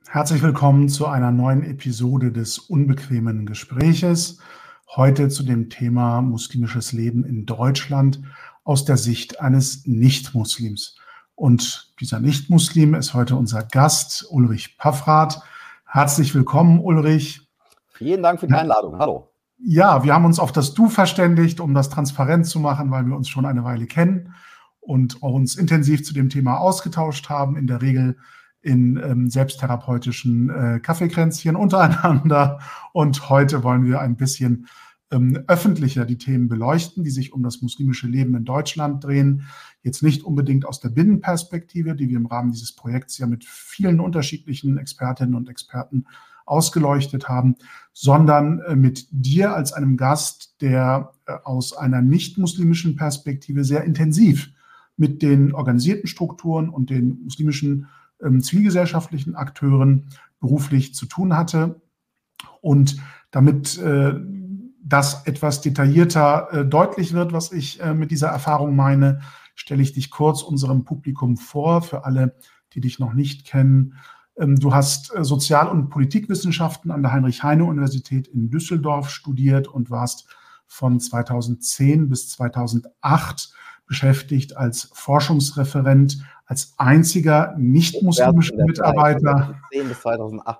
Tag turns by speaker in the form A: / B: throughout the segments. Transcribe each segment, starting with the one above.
A: Herzlich willkommen zu einer neuen Episode des Unbequemen Gespräches. Heute zu dem Thema muslimisches Leben in Deutschland aus der Sicht eines Nicht-Muslims. Und dieser Nicht-Muslim ist heute unser Gast, Ulrich Paffrath. Herzlich willkommen, Ulrich.
B: Vielen Dank für die Einladung. Hallo.
A: Ja, wir haben uns auf das Du verständigt, um das transparent zu machen, weil wir uns schon eine Weile kennen und uns intensiv zu dem Thema ausgetauscht haben, in der Regel in selbsttherapeutischen Kaffeekränzchen untereinander. Und heute wollen wir ein bisschen öffentlicher die Themen beleuchten, die sich um das muslimische Leben in Deutschland drehen. Jetzt nicht unbedingt aus der Binnenperspektive, die wir im Rahmen dieses Projekts ja mit vielen unterschiedlichen Expertinnen und Experten ausgeleuchtet haben, sondern mit dir als einem Gast, der aus einer nicht-muslimischen Perspektive sehr intensiv mit den organisierten Strukturen und den muslimischen zivilgesellschaftlichen Akteuren beruflich zu tun hatte. Und damit das etwas detaillierter deutlich wird, was ich mit dieser Erfahrung meine, stelle ich dich kurz unserem Publikum vor, für alle, die dich noch nicht kennen. Du hast Sozial- und Politikwissenschaften an der Heinrich-Heine-Universität in Düsseldorf studiert und warst von 2010 bis 2008 beschäftigt als Forschungsreferent, als einziger nicht-muslimischer Mitarbeiter.
B: 2010 bis 2008.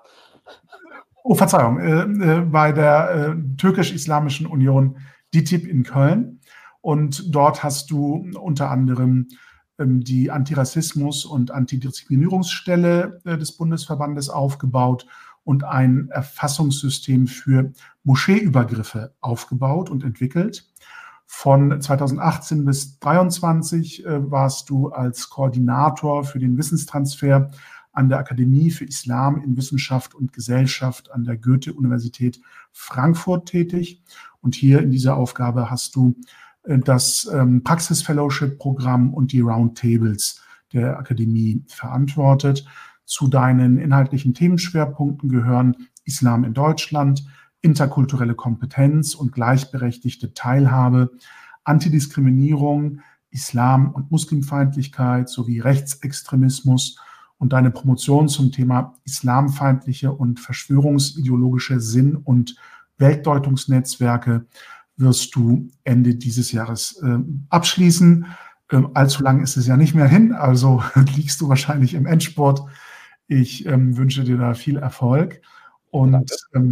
A: Oh, Verzeihung, bei der Türkisch-Islamischen Union DİTİB in Köln. Und dort hast du unter anderem die Antirassismus- und Antidiskriminierungsstelle des Bundesverbandes aufgebaut und ein Erfassungssystem für Moscheeübergriffe aufgebaut und entwickelt. Von 2018 bis 2023 warst du als Koordinator für den Wissenstransfer an der Akademie für Islam in Wissenschaft und Gesellschaft an der Goethe-Universität Frankfurt tätig. Und hier in dieser Aufgabe hast du das Praxis-Fellowship-Programm und die Roundtables der Akademie verantwortet. Zu deinen inhaltlichen Themenschwerpunkten gehören Islam in Deutschland, interkulturelle Kompetenz und gleichberechtigte Teilhabe, Antidiskriminierung, Islam- und Muslimfeindlichkeit sowie Rechtsextremismus und deine Promotion zum Thema islamfeindliche und verschwörungsideologische Sinn- und Weltdeutungsnetzwerke wirst du Ende dieses Jahres abschließen. Allzu lang ist es ja nicht mehr hin, also liegst du wahrscheinlich im Endspurt. Ich wünsche dir da viel Erfolg und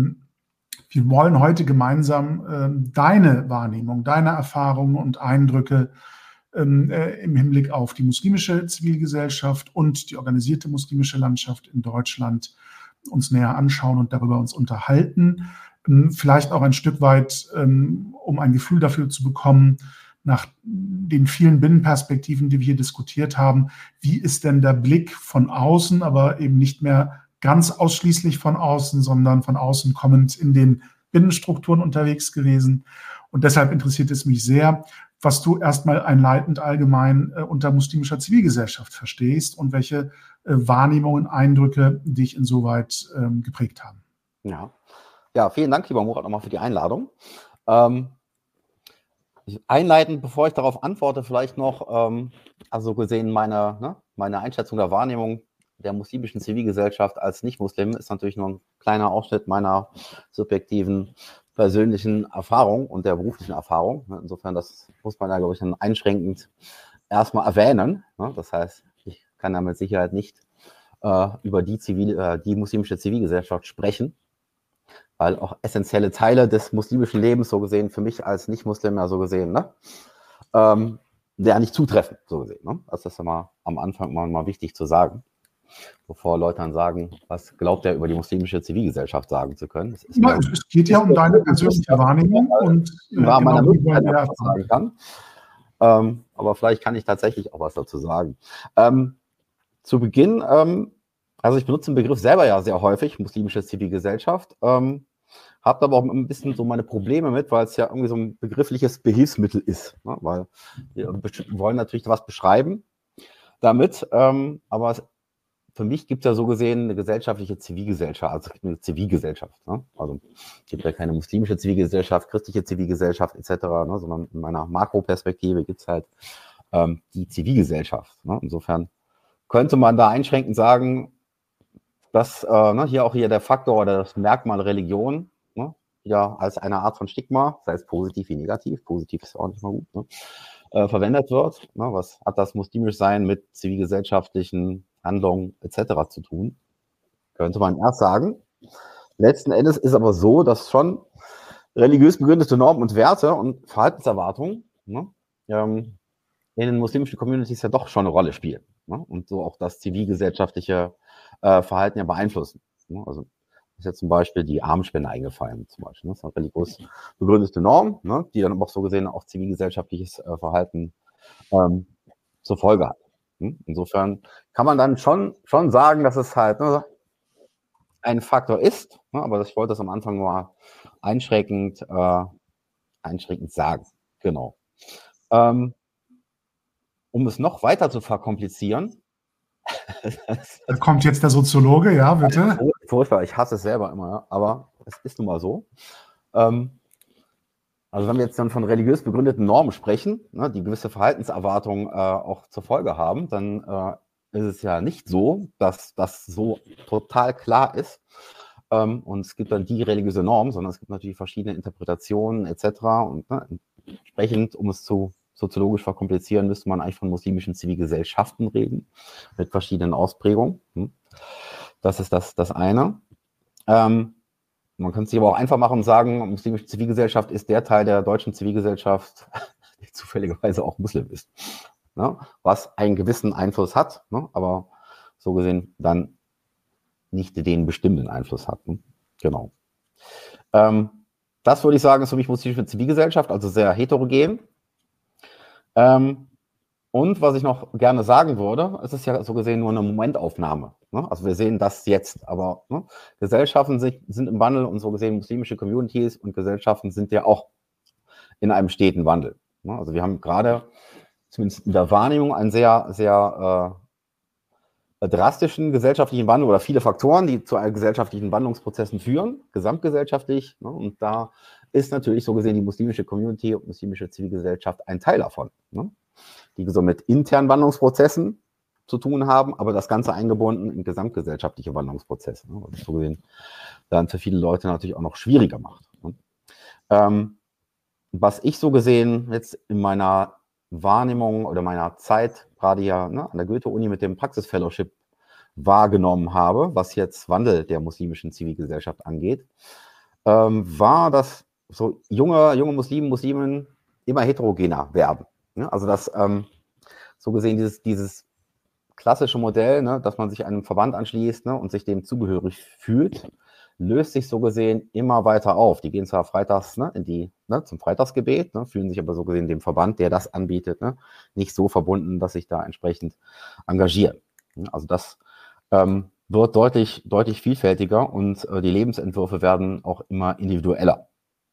A: wir wollen heute gemeinsam deine Wahrnehmung, deine Erfahrungen und Eindrücke im Hinblick auf die muslimische Zivilgesellschaft und die organisierte muslimische Landschaft in Deutschland uns näher anschauen und darüber uns unterhalten. Vielleicht auch ein Stück weit, um ein Gefühl dafür zu bekommen, nach den vielen Binnenperspektiven, die wir hier diskutiert haben, wie ist denn der Blick von außen, aber eben nicht mehr ganz ausschließlich von außen, sondern von außen kommend in den Binnenstrukturen unterwegs gewesen. Und deshalb interessiert es mich sehr, was du erstmal einleitend allgemein unter muslimischer Zivilgesellschaft verstehst und welche Wahrnehmungen, Eindrücke dich insoweit geprägt haben.
B: Ja, vielen Dank, lieber Murat, nochmal für die Einladung. Einleitend, bevor ich darauf antworte, vielleicht noch, also gesehen meine Einschätzung der Wahrnehmung der muslimischen Zivilgesellschaft als Nicht-Muslim ist natürlich nur ein kleiner Ausschnitt meiner subjektiven persönlichen Erfahrung und der beruflichen Erfahrung. Insofern, das muss man ja, glaube ich, dann einschränkend erstmal erwähnen. Das heißt, ich kann da mit Sicherheit nicht über die muslimische Zivilgesellschaft sprechen, weil auch essentielle Teile des muslimischen Lebens, so gesehen, für mich als Nicht-Muslim ja so gesehen, der nicht zutreffen, so gesehen. Das ist immer am Anfang mal wichtig zu sagen, bevor Leute dann sagen, was glaubt er über die muslimische Zivilgesellschaft sagen zu können.
A: Es geht ja um deine persönliche Wahrnehmung und
B: meiner Möglichkeit sagen kann. Aber vielleicht kann ich tatsächlich auch was dazu sagen. Zu Beginn, also ich benutze den Begriff selber ja sehr häufig, muslimische Zivilgesellschaft, habe aber auch ein bisschen so meine Probleme mit, weil es ja irgendwie so ein begriffliches Behilfsmittel ist. Weil wir wollen natürlich was beschreiben damit, aber für mich gibt es ja so gesehen eine gesellschaftliche Zivilgesellschaft, also eine Zivilgesellschaft. Also es gibt ja keine muslimische Zivilgesellschaft, christliche Zivilgesellschaft etc., sondern in meiner Makroperspektive gibt es halt die Zivilgesellschaft. Insofern könnte man da einschränkend sagen, dass hier der Faktor oder das Merkmal Religion, ne, ja, als eine Art von Stigma, sei es positiv wie negativ, positiv ist auch nicht mal gut, ne, verwendet wird. Ne, was hat das muslimisch Sein mit zivilgesellschaftlichen Handlungen etc. zu tun? Könnte man erst sagen. Letzten Endes ist aber so, dass schon religiös begründete Normen und Werte und Verhaltenserwartungen, ne, in den muslimischen Communities ja doch schon eine Rolle spielen, ne, und so auch das zivilgesellschaftliche Verhalten ja beeinflussen. Ne. Also ist jetzt zum Beispiel die Armenspende eingefallen, zum Beispiel. Ne? Das ist eine religiös begründete Norm, ne, die dann aber auch so gesehen auch zivilgesellschaftliches Verhalten zur Folge hat. Ne? Insofern kann man dann schon sagen, dass es halt, ne, ein Faktor ist, ne, aber ich wollte das am Anfang mal einschränkend sagen. Genau. Um es noch weiter zu verkomplizieren.
A: Da kommt jetzt der Soziologe, ja, bitte.
B: Furchtbar, ich hasse es selber immer, aber es ist nun mal so. Also wenn wir jetzt dann von religiös begründeten Normen sprechen, ne, die gewisse Verhaltenserwartungen auch zur Folge haben, dann ist es ja nicht so, dass das so total klar ist. Und es gibt dann die religiöse Norm, sondern es gibt natürlich verschiedene Interpretationen etc. Und entsprechend, um es zu soziologisch verkomplizieren, müsste man eigentlich von muslimischen Zivilgesellschaften reden, mit verschiedenen Ausprägungen. Das ist das eine. Man könnte es sich aber auch einfach machen und sagen, muslimische Zivilgesellschaft ist der Teil der deutschen Zivilgesellschaft, der zufälligerweise auch Muslim ist, ne? Was einen gewissen Einfluss hat, ne? Aber so gesehen dann nicht den bestimmenden Einfluss hat. Ne? Genau. Das würde ich sagen, ist für mich muslimische Zivilgesellschaft, also sehr heterogen. Und was ich noch gerne sagen würde, es ist ja so gesehen nur eine Momentaufnahme. Ne? Also wir sehen das jetzt, aber ne, Gesellschaften sind im Wandel und so gesehen muslimische Communities und Gesellschaften sind ja auch in einem steten Wandel. Ne? Also wir haben gerade zumindest in der Wahrnehmung einen sehr, sehr drastischen gesellschaftlichen Wandel oder viele Faktoren, die zu gesellschaftlichen Wandlungsprozessen führen, gesamtgesellschaftlich. Ne? Und da ist natürlich so gesehen die muslimische Community und muslimische Zivilgesellschaft ein Teil davon, ne? Die so mit internen Wandlungsprozessen zu tun haben, aber das Ganze eingebunden in gesamtgesellschaftliche Wandlungsprozesse. Ne? Was so gesehen dann für viele Leute natürlich auch noch schwieriger macht. Ne? Was ich so gesehen jetzt in meiner Wahrnehmung oder meiner Zeit, gerade ja, ne, an der Goethe-Uni mit dem Praxisfellowship wahrgenommen habe, was jetzt Wandel der muslimischen Zivilgesellschaft angeht, war, dass so junge Musliminnen immer heterogener werden. Ne? Also dass so gesehen dieses klassische Modell, ne, dass man sich einem Verband anschließt, ne, und sich dem zugehörig fühlt, löst sich so gesehen immer weiter auf. Die gehen zwar freitags, ne, zum Freitagsgebet, ne, fühlen sich aber so gesehen dem Verband, der das anbietet, ne, nicht so verbunden, dass sich da entsprechend engagieren. Also das wird deutlich vielfältiger und die Lebensentwürfe werden auch immer individueller.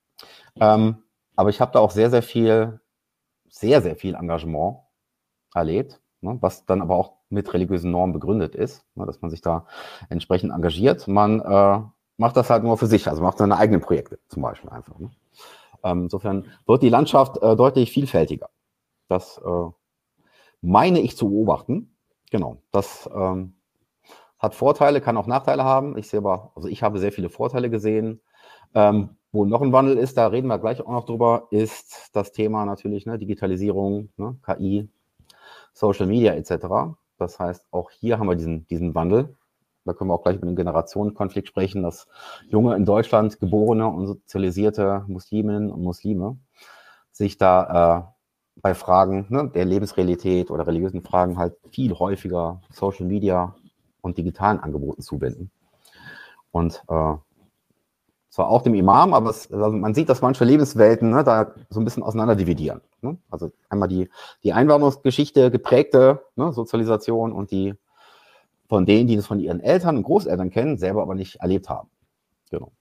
B: Aber ich habe da auch sehr viel Engagement erlebt, ne, was dann aber auch mit religiösen Normen begründet ist, ne, dass man sich da entsprechend engagiert. Man macht das halt nur für sich, also macht seine eigenen Projekte zum Beispiel einfach. Ne. Insofern wird die Landschaft deutlich vielfältiger. Das meine ich zu beobachten. Genau, das hat Vorteile, kann auch Nachteile haben. Ich habe sehr viele Vorteile gesehen. Wo noch ein Wandel ist, da reden wir gleich auch noch drüber, ist das Thema natürlich, ne, Digitalisierung, ne, KI, Social Media etc. Das heißt, auch hier haben wir diesen Wandel. Da können wir auch gleich über den Generationenkonflikt sprechen, dass junge in Deutschland geborene und sozialisierte Musliminnen und Muslime sich da bei Fragen, ne, der Lebensrealität oder religiösen Fragen halt viel häufiger Social Media und digitalen Angeboten zuwenden. Und zwar auch dem Imam, aber also man sieht, dass manche Lebenswelten, ne, da so ein bisschen auseinander dividieren. Ne? Also einmal die Einwanderungsgeschichte geprägte, ne, Sozialisation und die von denen, die das von ihren Eltern und Großeltern kennen, selber aber nicht erlebt haben. Genau.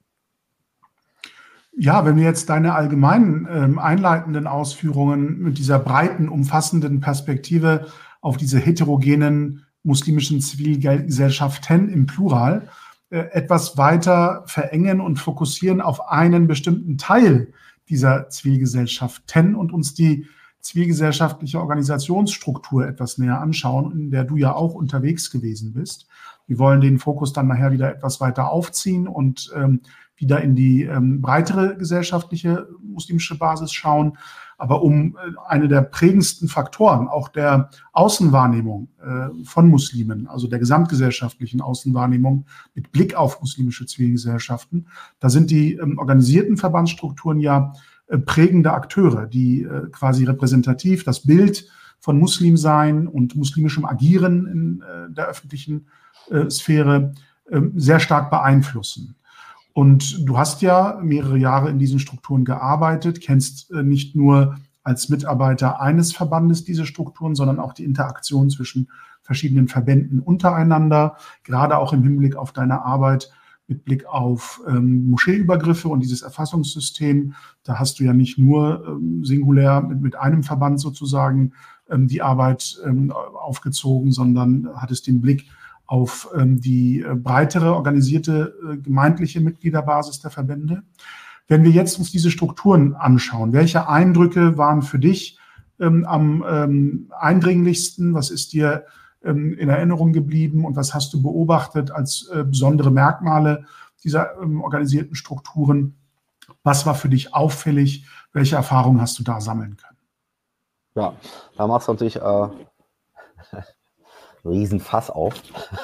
A: Ja, wenn wir jetzt deine allgemeinen einleitenden Ausführungen mit dieser breiten, umfassenden Perspektive auf diese heterogenen muslimischen Zivilgesellschaften im Plural etwas weiter verengen und fokussieren auf einen bestimmten Teil dieser Zivilgesellschaften und uns die zivilgesellschaftliche Organisationsstruktur etwas näher anschauen, in der du ja auch unterwegs gewesen bist. Die wollen den Fokus dann nachher wieder etwas weiter aufziehen und wieder in die breitere gesellschaftliche muslimische Basis schauen. Aber um eine der prägendsten Faktoren auch der Außenwahrnehmung von Muslimen, also der gesamtgesellschaftlichen Außenwahrnehmung mit Blick auf muslimische Zivilgesellschaften, da sind die organisierten Verbandsstrukturen ja prägende Akteure, die quasi repräsentativ das Bild von Muslimsein und muslimischem Agieren in der öffentlichen Sphäre sehr stark beeinflussen. Und du hast ja mehrere Jahre in diesen Strukturen gearbeitet, kennst nicht nur als Mitarbeiter eines Verbandes diese Strukturen, sondern auch die Interaktion zwischen verschiedenen Verbänden untereinander, gerade auch im Hinblick auf deine Arbeit mit Blick auf Moscheeübergriffe und dieses Erfassungssystem. Da hast du ja nicht nur singulär mit einem Verband sozusagen die Arbeit aufgezogen, sondern hattest den Blick auf die breitere organisierte gemeindliche Mitgliederbasis der Verbände. Wenn wir jetzt uns diese Strukturen anschauen, welche Eindrücke waren für dich am eindringlichsten? Was ist dir in Erinnerung geblieben und was hast du beobachtet als besondere Merkmale dieser organisierten Strukturen? Was war für dich auffällig? Welche Erfahrungen hast du da sammeln können?
B: Ja, da machst du natürlich Riesenfass auf.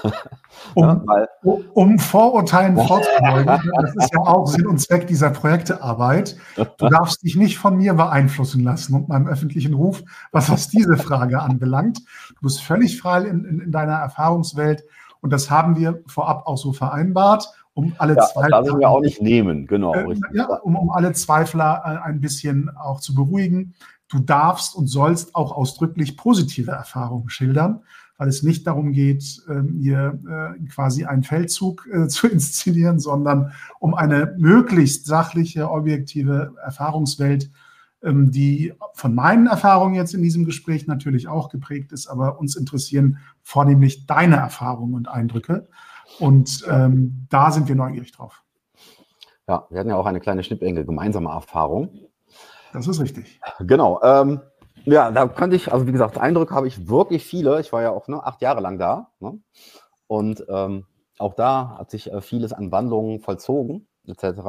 A: Um Vorurteilen vorzubeugen, das ist ja auch Sinn und Zweck dieser Projektearbeit. Du darfst dich nicht von mir beeinflussen lassen und meinem öffentlichen Ruf, was diese Frage anbelangt. Du bist völlig frei in deiner Erfahrungswelt und das haben wir vorab auch so vereinbart, um alle Zweifler.
B: Das darf ich auch nicht nehmen, genau.
A: Um alle Zweifler ein bisschen auch zu beruhigen. Du darfst und sollst auch ausdrücklich positive Erfahrungen schildern, weil es nicht darum geht, hier quasi einen Feldzug zu inszenieren, sondern um eine möglichst sachliche, objektive Erfahrungswelt, die von meinen Erfahrungen jetzt in diesem Gespräch natürlich auch geprägt ist, aber uns interessieren vornehmlich deine Erfahrungen und Eindrücke. Und da sind wir neugierig drauf.
B: Ja, wir hatten ja auch eine kleine Schnittmenge gemeinsame Erfahrung.
A: Das ist richtig.
B: Genau. Ja, da könnte ich, also wie gesagt, Eindrücke habe ich wirklich viele. Ich war ja auch 8 Jahre lang da. Ne? Und auch da hat sich vieles an Wandlungen vollzogen, etc.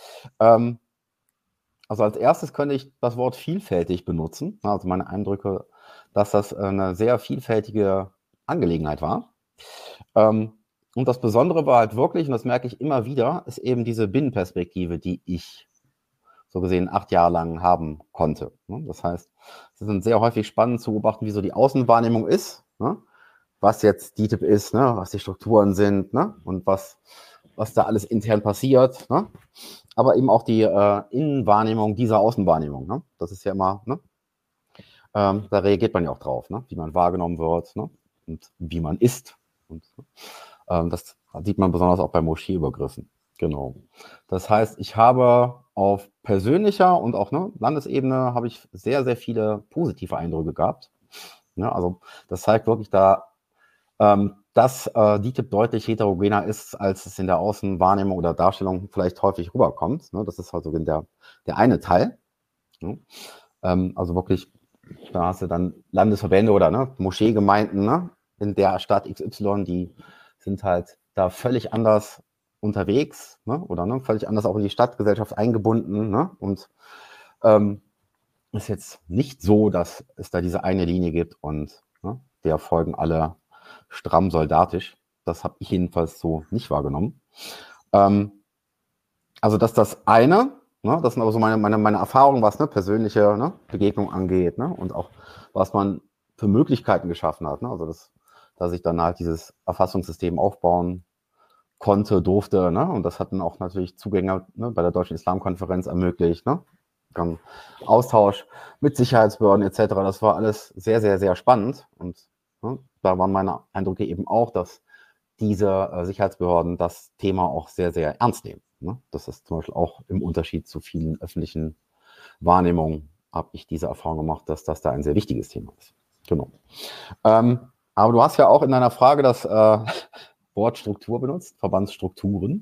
B: Also als erstes könnte ich das Wort vielfältig benutzen. Also meine Eindrücke, dass das eine sehr vielfältige Angelegenheit war. Und das Besondere war halt wirklich, und das merke ich immer wieder, ist eben diese Binnenperspektive, die ich so gesehen 8 Jahre lang haben konnte. Das heißt, es ist sehr häufig spannend zu beobachten, wie so die Außenwahrnehmung ist, was jetzt DITIB ist, was die Strukturen sind und was da alles intern passiert, aber eben auch die Innenwahrnehmung dieser Außenwahrnehmung. Das ist ja immer, da reagiert man ja auch drauf, wie man wahrgenommen wird und wie man ist. Und das sieht man besonders auch bei Moscheeübergriffen. Genau. Das heißt, ich habe auf persönlicher und auch Landesebene habe ich sehr, sehr viele positive Eindrücke gehabt. Also das zeigt wirklich dass DITIB deutlich heterogener ist, als es in der Außenwahrnehmung oder Darstellung vielleicht häufig rüberkommt. Das ist also der eine Teil. Also wirklich, da hast du dann Landesverbände oder Moscheegemeinden in der Stadt XY, die sind halt da völlig anders unterwegs oder völlig anders auch in die Stadtgesellschaft eingebunden und ist jetzt nicht so, dass es da diese eine Linie gibt und der folgen alle stramm soldatisch. Das habe ich jedenfalls so nicht wahrgenommen. Also das eine, das sind aber so meine Erfahrungen, was persönliche Begegnung angeht und auch was man für Möglichkeiten geschaffen hat. Also dass ich dann halt dieses Erfassungssystem aufbauen konnte, durfte, und das hatten auch natürlich Zugänge bei der Deutschen Islamkonferenz ermöglicht, dann Austausch mit Sicherheitsbehörden etc. Das war alles sehr, sehr, sehr spannend und da waren meine Eindrücke eben auch, dass diese Sicherheitsbehörden das Thema auch sehr, sehr ernst nehmen. Das ist zum Beispiel auch im Unterschied zu vielen öffentlichen Wahrnehmungen, habe ich diese Erfahrung gemacht, dass das da ein sehr wichtiges Thema ist. Genau. Aber du hast ja auch in deiner Frage das Wort Struktur benutzt, Verbandsstrukturen.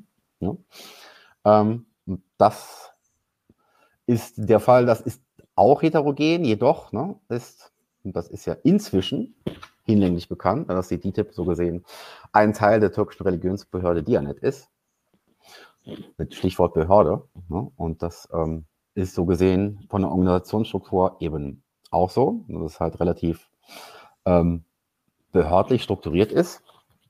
B: Das ist der Fall, das ist auch heterogen, jedoch das ist ja inzwischen hinlänglich bekannt, dass die DİTİB so gesehen ein Teil der türkischen Religionsbehörde Diyanet ist, mit Stichwort Behörde. Ne? Und das ist so gesehen von der Organisationsstruktur eben auch so, dass es halt relativ behördlich strukturiert ist,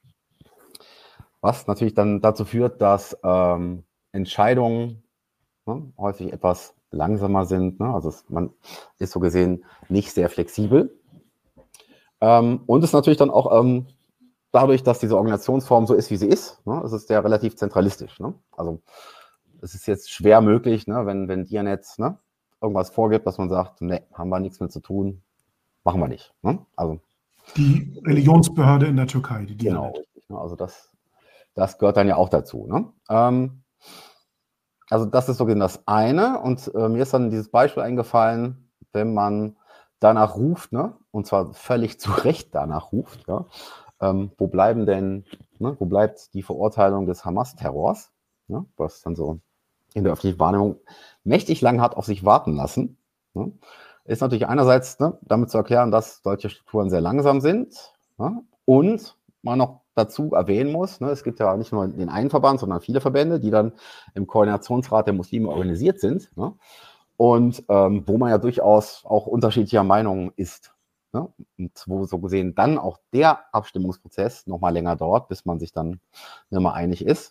B: was natürlich dann dazu führt, dass Entscheidungen häufig etwas langsamer sind. Ne? Also man ist so gesehen nicht sehr flexibel. Und es ist natürlich dann auch dadurch, dass diese Organisationsform so ist, wie sie ist, ne? Es ist ja relativ zentralistisch. Ne? Also es ist jetzt schwer möglich, ne, wenn Diyanet irgendwas vorgibt, dass man sagt, ne, haben wir nichts mehr zu tun, machen wir nicht. Ne? Also
A: die Religionsbehörde in der Türkei, die
B: genau,
A: Diyanet.
B: richtig. Ne? Also das gehört dann ja auch dazu. Ne? Also das ist so gesehen das eine. Und mir ist dann dieses Beispiel eingefallen, wenn man danach ruft, ne, und zwar völlig zu Recht danach ruft, ja, wo bleibt die Verurteilung des Hamas-Terrors, ne, was dann so in der öffentlichen Wahrnehmung mächtig lang hat auf sich warten lassen, ne, ist natürlich einerseits damit zu erklären, dass solche Strukturen sehr langsam sind, ne, und man noch dazu erwähnen muss, ne, es gibt ja nicht nur den einen Verband, sondern viele Verbände, die dann im Koordinationsrat der Muslime organisiert sind, ne, und wo man ja durchaus auch unterschiedlicher Meinung ist. Ne? Und wo so gesehen dann auch der Abstimmungsprozess nochmal länger dauert, bis man sich dann nicht mehr einig ist.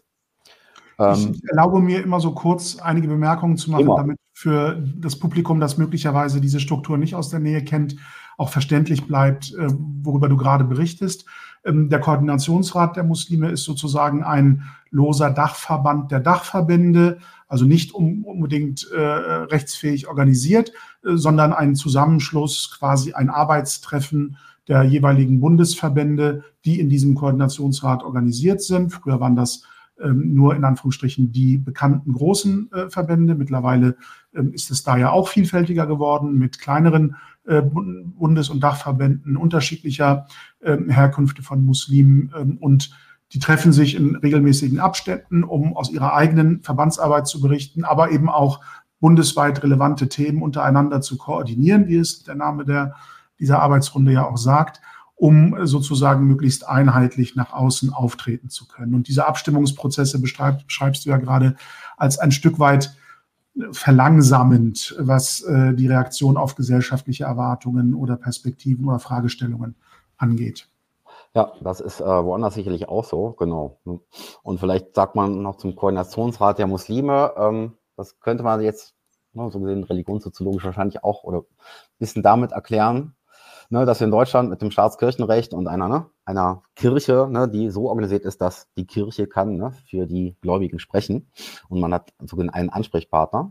A: Ich erlaube mir immer so kurz einige Bemerkungen zu machen, damit für das Publikum, das möglicherweise diese Struktur nicht aus der Nähe kennt, auch verständlich bleibt, worüber du gerade berichtest. Der Koordinationsrat der Muslime ist sozusagen ein loser Dachverband der Dachverbände, also nicht unbedingt rechtsfähig organisiert, sondern ein Zusammenschluss, quasi ein Arbeitstreffen der jeweiligen Bundesverbände, die in diesem Koordinationsrat organisiert sind. Früher waren das nur in Anführungsstrichen die bekannten großen Verbände. Mittlerweile ist es da ja auch vielfältiger geworden mit kleineren Bundes- und Dachverbänden unterschiedlicher Herkünfte von Muslimen, und die treffen sich in regelmäßigen Abständen, um aus ihrer eigenen Verbandsarbeit zu berichten, aber eben auch bundesweit relevante Themen untereinander zu koordinieren, wie es der Name dieser Arbeitsrunde ja auch sagt, um sozusagen möglichst einheitlich nach außen auftreten zu können. Und diese Abstimmungsprozesse beschreibst du ja gerade als ein Stück weit verlangsamend, was die Reaktion auf gesellschaftliche Erwartungen oder Perspektiven oder Fragestellungen angeht.
B: Ja, das ist woanders sicherlich auch so, genau. Und vielleicht sagt man noch zum Koordinationsrat der Muslime, das könnte man jetzt so gesehen religionssoziologisch wahrscheinlich auch oder ein bisschen damit erklären, dass wir in Deutschland mit dem Staatskirchenrecht und einer Kirche, die so organisiert ist, dass die Kirche kann für die Gläubigen sprechen und man hat sogar einen Ansprechpartner,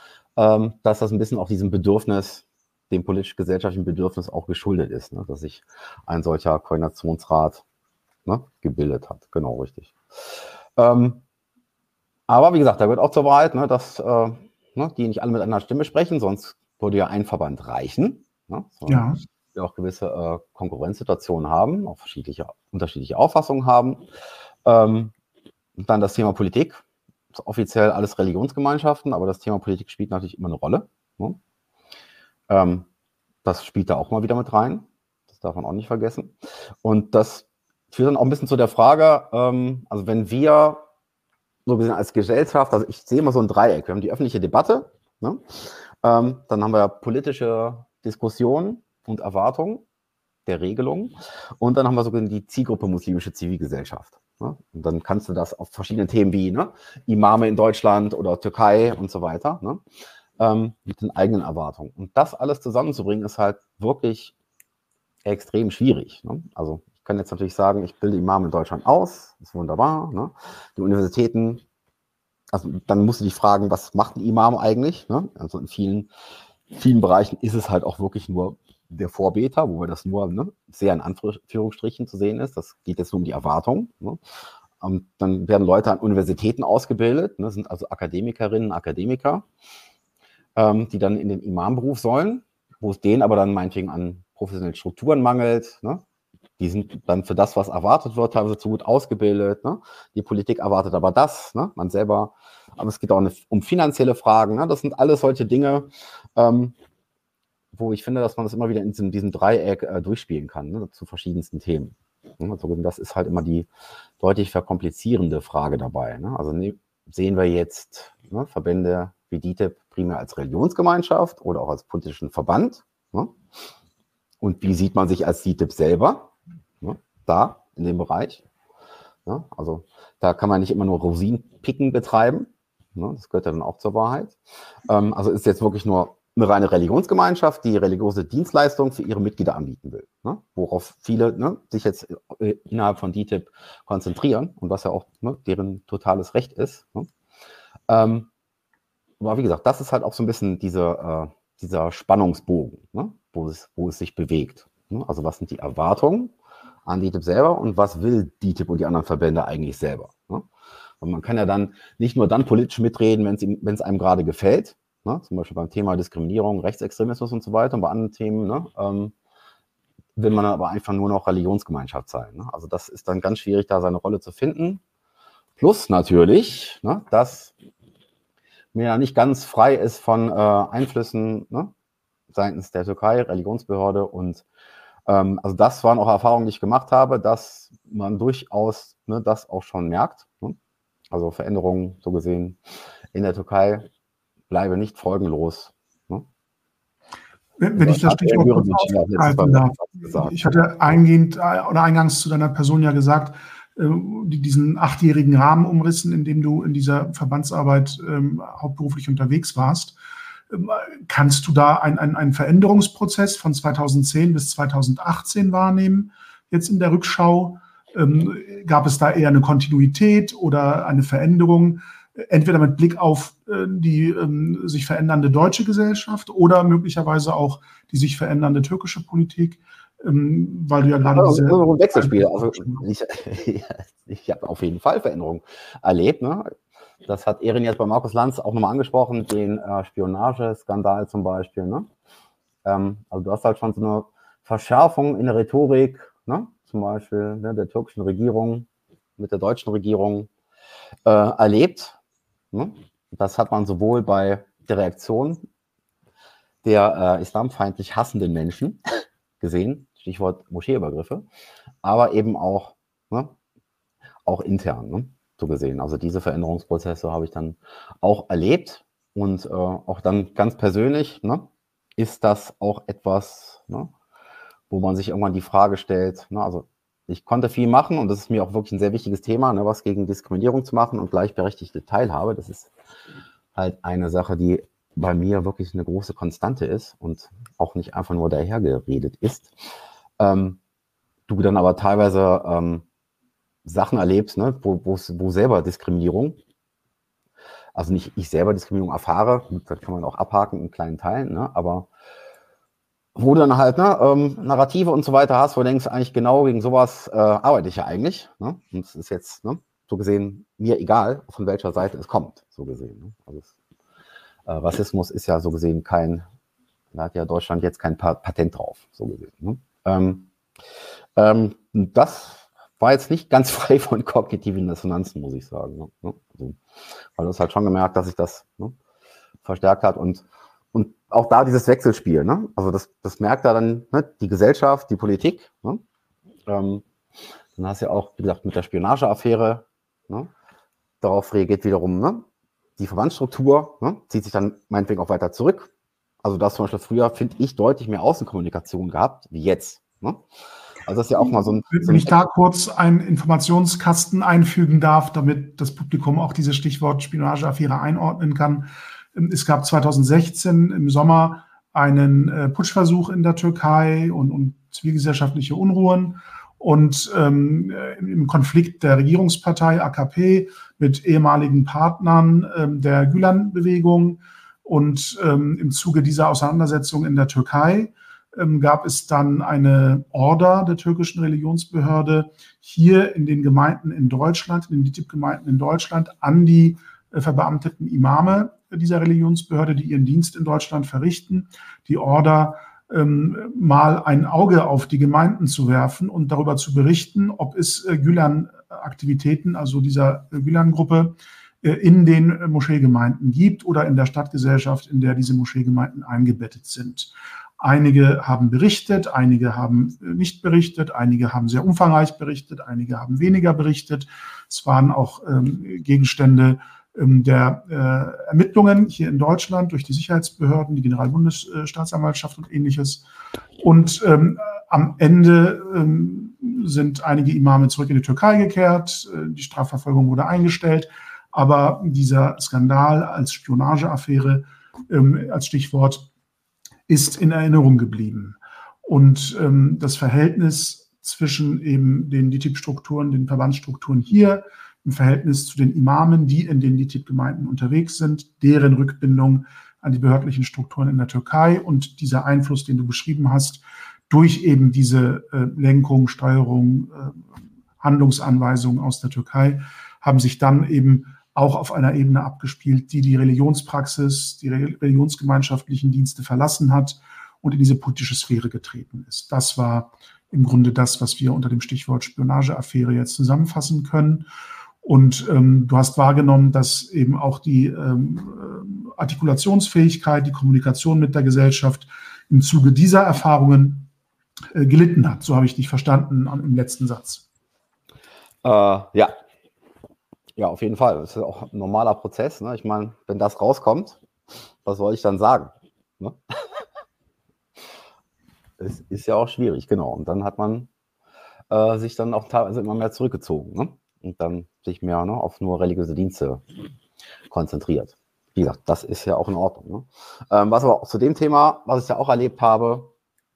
B: dass das ein bisschen auch diesem Bedürfnis, dem politisch-gesellschaftlichen Bedürfnis auch geschuldet ist, dass sich ein solcher Koordinationsrat gebildet hat. Genau, richtig. Aber wie gesagt, da wird auch zur Wahrheit, dass die nicht alle mit einer Stimme sprechen, sonst würde ja ein Verband reichen.
A: Ja.
B: Wir auch gewisse Konkurrenzsituationen haben, auch unterschiedliche Auffassungen haben. Dann das Thema Politik, das ist offiziell alles Religionsgemeinschaften, aber das Thema Politik spielt natürlich immer eine Rolle. Ne? Das spielt da auch mal wieder mit rein, das darf man auch nicht vergessen. Und das führt dann auch ein bisschen zu der Frage, also wenn wir so gesehen als Gesellschaft, also ich sehe immer so ein Dreieck, wir haben die öffentliche Debatte, ne? Dann haben wir politische Diskussionen und Erwartungen der Regelungen. Und dann haben wir sogar die Zielgruppe muslimische Zivilgesellschaft. Ne? Und dann kannst du das auf verschiedene Themen wie Imame in Deutschland oder Türkei und so weiter, mit den eigenen Erwartungen. Und das alles zusammenzubringen, ist halt wirklich extrem schwierig. Ne? Also ich kann jetzt natürlich sagen, ich bilde Imame in Deutschland aus, ist wunderbar. Ne? Die Universitäten, also dann musst du dich fragen, was macht ein Imam eigentlich? Ne? Also in vielen Bereichen ist es halt auch wirklich nur der Vorbeter, wo das nur sehr in Anführungsstrichen zu sehen ist. Das geht jetzt nur um die Erwartung. Ne? Dann werden Leute an Universitäten ausgebildet, sind also Akademikerinnen, Akademiker, die dann in den Imamberuf sollen, wo es denen aber dann meinetwegen an professionellen Strukturen mangelt. Ne? Die sind dann für das, was erwartet wird, teilweise zu gut ausgebildet. Ne? Die Politik erwartet aber das, man selber. Aber es geht auch um finanzielle Fragen. Ne? Das sind alles solche Dinge, wo ich finde, dass man das immer wieder in diesem Dreieck durchspielen kann, ne, zu verschiedensten Themen. Also das ist halt immer die deutlich verkomplizierende Frage dabei. Ne? Also sehen wir jetzt Verbände wie DITIB primär als Religionsgemeinschaft oder auch als politischen Verband? Ne? Und wie sieht man sich als DITIB selber da in dem Bereich? Ne? Also da kann man nicht immer nur Rosinenpicken betreiben. Ne? Das gehört ja dann auch zur Wahrheit. Also ist jetzt wirklich nur eine reine Religionsgemeinschaft, die religiöse Dienstleistungen für ihre Mitglieder anbieten will, ne? Worauf viele sich jetzt innerhalb von DITIB konzentrieren und was ja auch deren totales Recht ist. Ne? Aber wie gesagt, das ist halt auch so ein bisschen dieser Spannungsbogen, ne? wo es sich bewegt. Ne? Also was sind die Erwartungen an DITIB selber und was will DITIB und die anderen Verbände eigentlich selber? Ne? Und man kann ja dann nicht nur dann politisch mitreden, wenn es einem gerade gefällt, ne? Zum Beispiel beim Thema Diskriminierung, Rechtsextremismus und so weiter und bei anderen Themen, will man aber einfach nur noch Religionsgemeinschaft sein. Ne? Also das ist dann ganz schwierig, da seine Rolle zu finden. Plus natürlich, dass mir ja nicht ganz frei ist von Einflüssen seitens der Türkei, Religionsbehörde und also das waren auch Erfahrungen, die ich gemacht habe, dass man durchaus das auch schon merkt. Ne? Also Veränderungen, so gesehen, in der Türkei bleibe nicht folgenlos. Ne?
A: Wenn ich das Stichwort kurz aufgreifen darf. Ich hatte eingangs zu deiner Person ja gesagt, diesen 8-jährigen Rahmen umrissen, in dem du in dieser Verbandsarbeit hauptberuflich unterwegs warst. Kannst du da einen Veränderungsprozess von 2010 bis 2018 wahrnehmen, jetzt in der Rückschau? Gab es da eher eine Kontinuität oder eine Veränderung, entweder mit Blick auf die sich verändernde deutsche Gesellschaft oder möglicherweise auch die sich verändernde türkische Politik? Weil du ja gerade
B: diese ein Wechselspiel. Also ich habe auf jeden Fall Veränderungen erlebt. Ne? Das hat Erin jetzt bei Markus Lanz auch nochmal angesprochen, den Spionageskandal zum Beispiel. Ne? Also du hast halt schon so eine Verschärfung in der Rhetorik, ne? Zum Beispiel der türkischen Regierung mit der deutschen Regierung erlebt. Ne? Das hat man sowohl bei der Reaktion der islamfeindlich hassenden Menschen gesehen, Stichwort Moscheeübergriffe, aber eben auch intern, ne? So gesehen. Also diese Veränderungsprozesse habe ich dann auch erlebt und auch dann ganz persönlich, ist das auch etwas, wo man sich irgendwann die Frage stellt, also ich konnte viel machen und das ist mir auch wirklich ein sehr wichtiges Thema, was gegen Diskriminierung zu machen und gleichberechtigte Teilhabe. Das ist halt eine Sache, die bei mir wirklich eine große Konstante ist und auch nicht einfach nur dahergeredet ist. Du dann aber teilweise Sachen erlebst, wo selber Diskriminierung, also nicht ich selber Diskriminierung erfahre, das kann man auch abhaken in kleinen Teilen, aber wo du dann halt Narrative und so weiter hast, wo du denkst, eigentlich genau gegen sowas arbeite ich ja eigentlich. Ne? Und es ist jetzt so gesehen mir egal, von welcher Seite es kommt, so gesehen. Ne? Also Rassismus ist ja so gesehen da hat ja Deutschland jetzt kein Patent drauf, so gesehen. Ne? Das war jetzt nicht ganz frei von kognitiven Dissonanzen, muss ich sagen. Ne? Also, weil du hast halt schon gemerkt, dass sich das verstärkt hat und auch da dieses Wechselspiel, ne? Also das merkt da dann die Gesellschaft, die Politik. Ne? Dann hast du ja auch, wie gesagt, mit der Spionageaffäre, darauf reagiert wiederum die Verbandsstruktur, zieht sich dann meinetwegen auch weiter zurück. Also das zum Beispiel früher, finde ich, deutlich mehr Außenkommunikation gehabt, wie jetzt. Ne? Also das ist ja auch mal so ein...
A: Wenn ich da kurz einen Informationskasten einfügen darf, damit das Publikum auch dieses Stichwort Spionageaffäre einordnen kann. Es gab 2016 im Sommer einen Putschversuch in der Türkei und zivilgesellschaftliche Unruhen. Und im Konflikt der Regierungspartei AKP mit ehemaligen Partnern der Gülen-Bewegung und im Zuge dieser Auseinandersetzung in der Türkei gab es dann eine Order der türkischen Religionsbehörde hier in den Gemeinden in Deutschland, in den DITIB-Gemeinden in Deutschland, an die verbeamteten Imame dieser Religionsbehörde, die ihren Dienst in Deutschland verrichten, die Order mal ein Auge auf die Gemeinden zu werfen und darüber zu berichten, ob es Gülen-Aktivitäten, also dieser Gülen-Gruppe, in den Moscheegemeinden gibt oder in der Stadtgesellschaft, in der diese Moscheegemeinden eingebettet sind. Einige haben berichtet, einige haben nicht berichtet, einige haben sehr umfangreich berichtet, einige haben weniger berichtet. Es waren auch Gegenstände der Ermittlungen hier in Deutschland durch die Sicherheitsbehörden, die Generalbundesstaatsanwaltschaft und Ähnliches. Und am Ende sind einige Imame zurück in die Türkei gekehrt, die Strafverfolgung wurde eingestellt, aber dieser Skandal als Spionageaffäre als Stichwort ist in Erinnerung geblieben. Und das Verhältnis zwischen eben den DİTİB-Strukturen, den Verbandsstrukturen hier, im Verhältnis zu den Imamen, die in den DİTİB-Gemeinden unterwegs sind, deren Rückbindung an die behördlichen Strukturen in der Türkei und dieser Einfluss, den du beschrieben hast, durch eben diese Lenkung, Steuerung, Handlungsanweisungen aus der Türkei, haben sich dann eben auch auf einer Ebene abgespielt, die die Religionspraxis, die religionsgemeinschaftlichen Dienste verlassen hat und in diese politische Sphäre getreten ist. Das war im Grunde das, was wir unter dem Stichwort Spionageaffäre jetzt zusammenfassen können. Und du hast wahrgenommen, dass eben auch die Artikulationsfähigkeit, die Kommunikation mit der Gesellschaft im Zuge dieser Erfahrungen gelitten hat. So habe ich dich verstanden im letzten Satz.
B: Ja. Ja, auf jeden Fall. Das ist auch ein normaler Prozess. Ne? Ich meine, wenn das rauskommt, was soll ich dann sagen? Ne? Es ist ja auch schwierig, genau. Und dann hat man sich dann auch teilweise immer mehr zurückgezogen, ne? Und dann sich mehr auf nur religiöse Dienste konzentriert. Wie gesagt, das ist ja auch in Ordnung. Ne? Was aber auch zu dem Thema, was ich ja auch erlebt habe,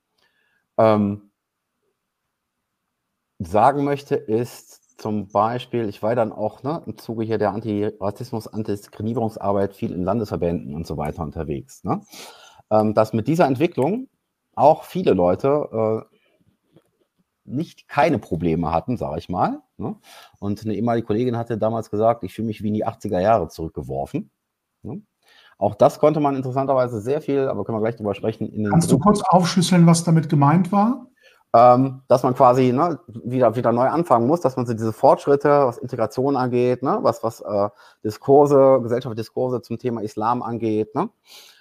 B: sagen möchte, ist zum Beispiel, ich war dann auch im Zuge hier der Antirassismus-, Antidiskriminierungsarbeit viel in Landesverbänden und so weiter unterwegs. Ne? Dass mit dieser Entwicklung auch viele Leute keine Probleme hatten, sage ich mal. Ne? Und eine ehemalige Kollegin hatte damals gesagt, ich fühle mich wie in die 80er Jahre zurückgeworfen. Ne? Auch das konnte man interessanterweise sehr viel, aber können wir gleich drüber sprechen.
A: Kannst du kurz aufschlüsseln, was damit gemeint war?
B: Dass man quasi wieder neu anfangen muss, dass man so diese Fortschritte, was Integration angeht, ne, was gesellschaftliche Diskurse zum Thema Islam angeht, ne,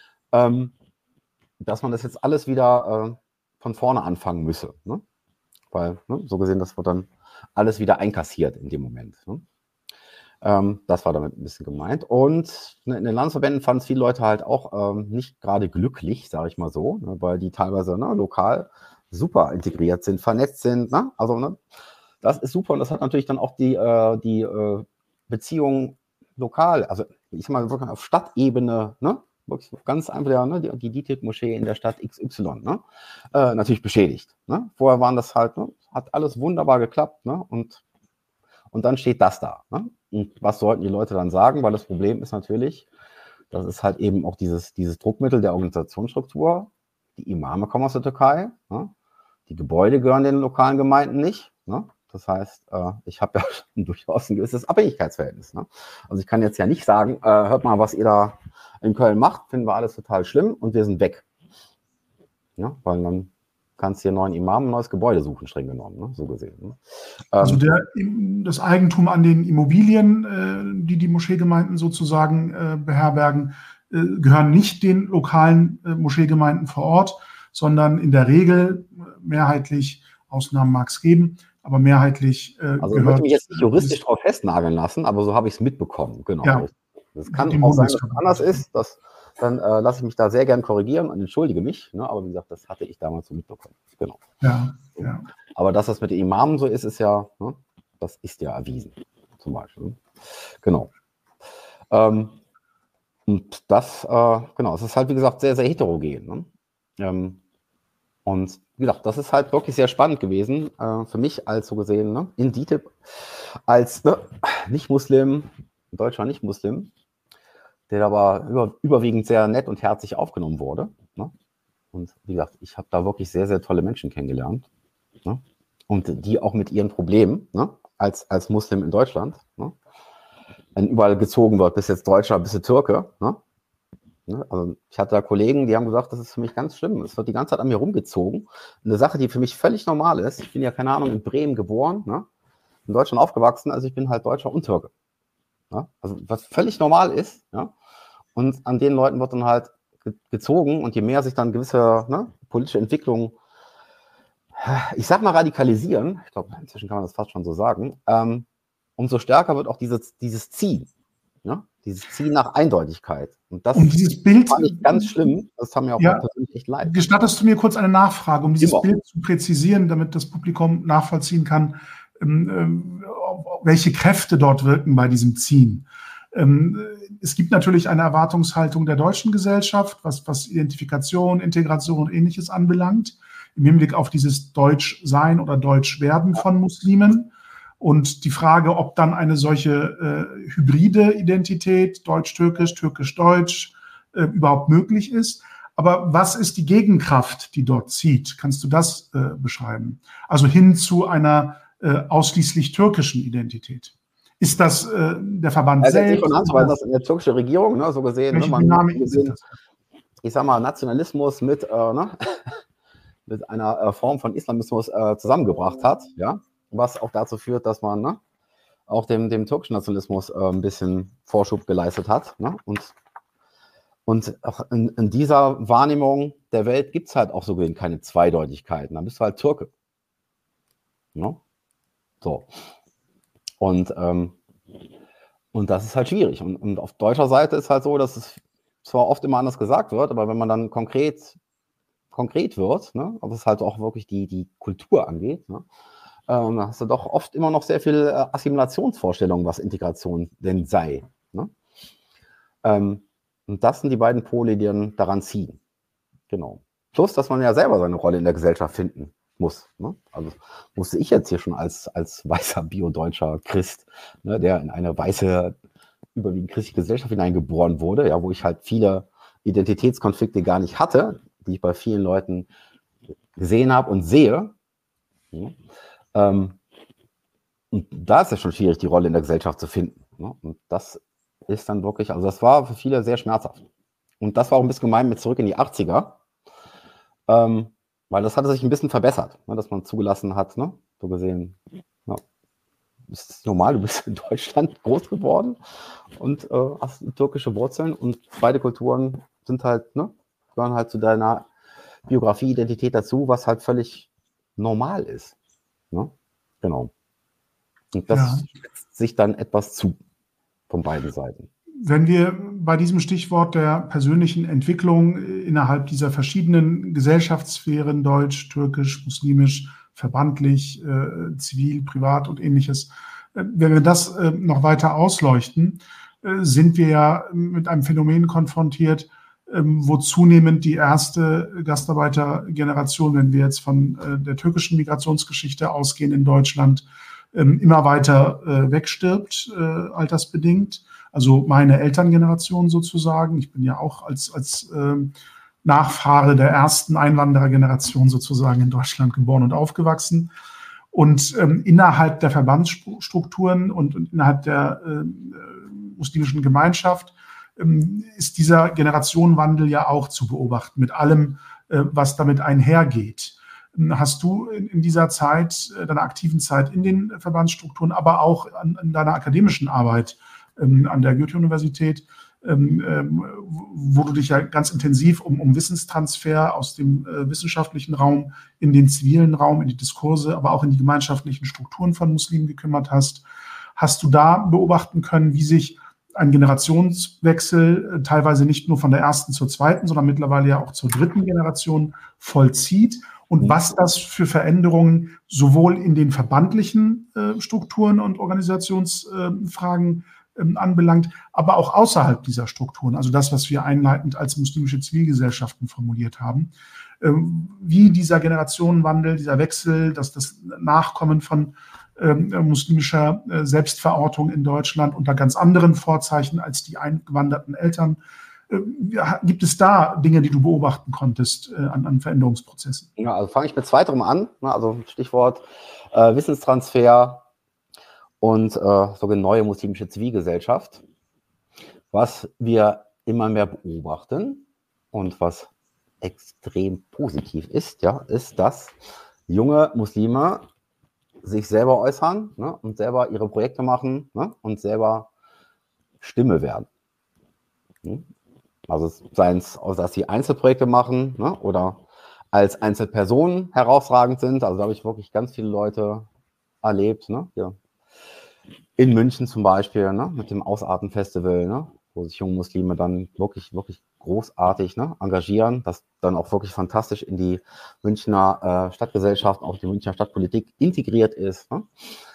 B: dass man das jetzt alles wieder von vorne anfangen müsse. Ne? Weil, so gesehen, das wird dann alles wieder einkassiert in dem Moment. Ne? Das war damit ein bisschen gemeint. Und in den Landesverbänden fanden es viele Leute halt auch nicht gerade glücklich, sage ich mal so, ne, weil die teilweise lokal super integriert sind, vernetzt sind. Ne? Also das ist super und das hat natürlich dann auch die Beziehungen lokal, also ich sag mal wirklich auf Stadtebene, ne? Wirklich ganz einfach die DİTİB-Moschee in der Stadt XY, ne? Natürlich beschädigt. Ne? Vorher waren das halt, hat alles wunderbar geklappt, ne? Und dann steht das da. Ne? Und was sollten die Leute dann sagen? Weil das Problem ist natürlich, das ist halt eben auch dieses Druckmittel der Organisationsstruktur. Die Imame kommen aus der Türkei, ne? Die Gebäude gehören den lokalen Gemeinden nicht. Ne? Das heißt, ich habe ja durchaus ein gewisses Abhängigkeitsverhältnis. Ne? Also ich kann jetzt ja nicht sagen, hört mal, was ihr da in Köln macht, finden wir alles total schlimm und wir sind weg. Ja? Weil dann kannst du dir einen neuen Imam, ein neues Gebäude suchen, streng genommen, ne? So gesehen. Ne?
A: Also das Eigentum an den Immobilien, die Moscheegemeinden sozusagen beherbergen, gehören nicht den lokalen Moscheegemeinden vor Ort, sondern in der Regel mehrheitlich, Ausnahmen mag es geben, aber mehrheitlich
B: also ich möchte mich jetzt nicht juristisch drauf festnageln lassen, aber so habe ich es mitbekommen. Genau.
A: Ja,
B: das kann auch sein, dass es anders ist. Dann lasse ich mich da sehr gern korrigieren und entschuldige mich. Ne? Aber wie gesagt, das hatte ich damals so mitbekommen. Genau.
A: Ja.
B: Aber dass das mit den Imamen so ist, ist ja, ne? Das ist ja erwiesen. Zum Beispiel. Genau. Und das, genau, es ist halt, wie gesagt, sehr, sehr heterogen. Ne? Und wie gesagt, das ist halt wirklich sehr spannend gewesen für mich als so gesehen, ne? In DİTİB als Nicht-Muslim, deutscher Nicht-Muslim, der aber überwiegend sehr nett und herzlich aufgenommen wurde. Ne? Und wie gesagt, ich habe da wirklich sehr, sehr tolle Menschen kennengelernt. Ne? Und die auch mit ihren Problemen, ne? als Muslim in Deutschland, ne? Wenn überall gezogen wird, bist jetzt Deutscher, bist du Türke, ne? Also ich hatte da Kollegen, die haben gesagt, das ist für mich ganz schlimm. Es wird die ganze Zeit an mir rumgezogen. Eine Sache, die für mich völlig normal ist. Ich bin ja, keine Ahnung, in Bremen geboren, ne? In Deutschland aufgewachsen, also ich bin halt Deutscher und Türke. Ja? Also was völlig normal ist. Ja? Und an den Leuten wird dann halt gezogen und je mehr sich dann gewisse politische Entwicklung, ich sag mal radikalisieren, ich glaube, inzwischen kann man das fast schon so sagen, umso stärker wird auch dieses Ziehen, ne? Dieses Ziehen nach Eindeutigkeit. Und das
A: dieses Bild
B: fand ich ganz schlimm. Das haben mir auch persönlich echt leid.
A: Gestattest du mir kurz eine Nachfrage, um dieses Bild zu präzisieren, damit das Publikum nachvollziehen kann, welche Kräfte dort wirken bei diesem Ziehen? Es gibt natürlich eine Erwartungshaltung der deutschen Gesellschaft, was Identifikation, Integration und Ähnliches anbelangt, im Hinblick auf dieses Deutschsein oder Deutschwerden von Muslimen. Und die Frage, ob dann eine solche hybride Identität, Deutsch-Türkisch, Türkisch-Deutsch, überhaupt möglich ist. Aber was ist die Gegenkraft, die dort zieht? Kannst du das beschreiben? Also hin zu einer ausschließlich türkischen Identität. Ist das der Verband selbst?
B: Von anzuweisen, dass eine türkische Regierung, ne, so gesehen,
A: welche Dynamik sind das?
B: Ich sag mal, Nationalismus mit einer Form von Islamismus zusammengebracht hat, ja, was auch dazu führt, dass man auch dem türkischen Nationalismus ein bisschen Vorschub geleistet hat. Ne? Und auch in dieser Wahrnehmung der Welt gibt es halt auch so gesehen keine Zweideutigkeiten. Da bist du halt Türke. Ne? So. Und das ist halt schwierig. Und auf deutscher Seite ist halt so, dass es zwar oft immer anders gesagt wird, aber wenn man dann konkret wird, ne, ob es halt auch wirklich die Kultur angeht, ne, da hast du doch oft immer noch sehr viel Assimilationsvorstellungen, was Integration denn sei. Ne? Und das sind die beiden Pole, die dann daran ziehen. Genau. Plus, dass man ja selber seine Rolle in der Gesellschaft finden muss. Ne? Also musste ich jetzt hier schon als weißer biodeutscher Christ, ne, der in eine weiße, überwiegend christliche Gesellschaft hineingeboren wurde, ja, wo ich halt viele Identitätskonflikte gar nicht hatte, die ich bei vielen Leuten gesehen habe und sehe. Ja. Und da ist es schon schwierig, die Rolle in der Gesellschaft zu finden. Ne? Und das ist dann wirklich, also das war für viele sehr schmerzhaft. Und das war auch ein bisschen gemein mit zurück in die 80er, weil das hatte sich ein bisschen verbessert, ne, dass man zugelassen hat, ne, so gesehen, ja, das ist normal, du bist in Deutschland groß geworden und hast türkische Wurzeln und beide Kulturen sind halt, ne, gehören halt zu deiner Biografie, Identität dazu, was halt völlig normal ist. Ne? Genau. Und das setzt sich dann etwas zu von beiden Seiten.
A: Wenn wir bei diesem Stichwort der persönlichen Entwicklung innerhalb dieser verschiedenen Gesellschaftssphären, deutsch, türkisch, muslimisch, verbandlich, zivil, privat und ähnliches, wenn wir das noch weiter ausleuchten, sind wir ja mit einem Phänomen konfrontiert, wo zunehmend die erste Gastarbeitergeneration, wenn wir jetzt von der türkischen Migrationsgeschichte ausgehen in Deutschland, immer weiter wegstirbt, altersbedingt. Also meine Elterngeneration sozusagen. Ich bin ja auch als Nachfahre der ersten Einwanderergeneration sozusagen in Deutschland geboren und aufgewachsen. Und innerhalb der Verbandsstrukturen und innerhalb der muslimischen Gemeinschaft ist dieser Generationenwandel ja auch zu beobachten, mit allem, was damit einhergeht. Hast du in dieser Zeit, deiner aktiven Zeit in den Verbandsstrukturen, aber auch in deiner akademischen Arbeit an der Goethe-Universität, wo du dich ja ganz intensiv um Wissenstransfer aus dem wissenschaftlichen Raum in den zivilen Raum, in die Diskurse, aber auch in die gemeinschaftlichen Strukturen von Muslimen gekümmert hast, hast du da beobachten können, wie sich ein Generationswechsel teilweise nicht nur von der ersten zur zweiten, sondern mittlerweile ja auch zur dritten Generation vollzieht und was das für Veränderungen sowohl in den verbandlichen Strukturen und Organisationsfragen anbelangt, aber auch außerhalb dieser Strukturen, also das, was wir einleitend als muslimische Zivilgesellschaften formuliert haben, wie dieser Generationenwandel, dieser Wechsel, das Nachkommen von muslimischer Selbstverortung in Deutschland unter ganz anderen Vorzeichen als die eingewanderten Eltern. Gibt es da Dinge, die du beobachten konntest an Veränderungsprozessen?
B: Ja, also fange ich mit zweiterem an, ne, also Stichwort Wissenstransfer und sogar neue muslimische Zivilgesellschaft. Was wir immer mehr beobachten und was extrem positiv ist, ja, ist, dass junge Muslime sich selber äußern, ne, und selber ihre Projekte machen, ne, und selber Stimme werden. Also seien es, dass sie Einzelprojekte machen, ne, oder als Einzelpersonen herausragend sind. Also da habe ich wirklich ganz viele Leute erlebt, ne? Hier in München zum Beispiel, ne? Mit dem Ausarten-Festival, ne? Wo sich junge Muslime dann wirklich, wirklich großartig, ne? Engagieren, das dann auch wirklich fantastisch in die Münchner Stadtgesellschaft, auch die Münchner Stadtpolitik integriert ist. Ne?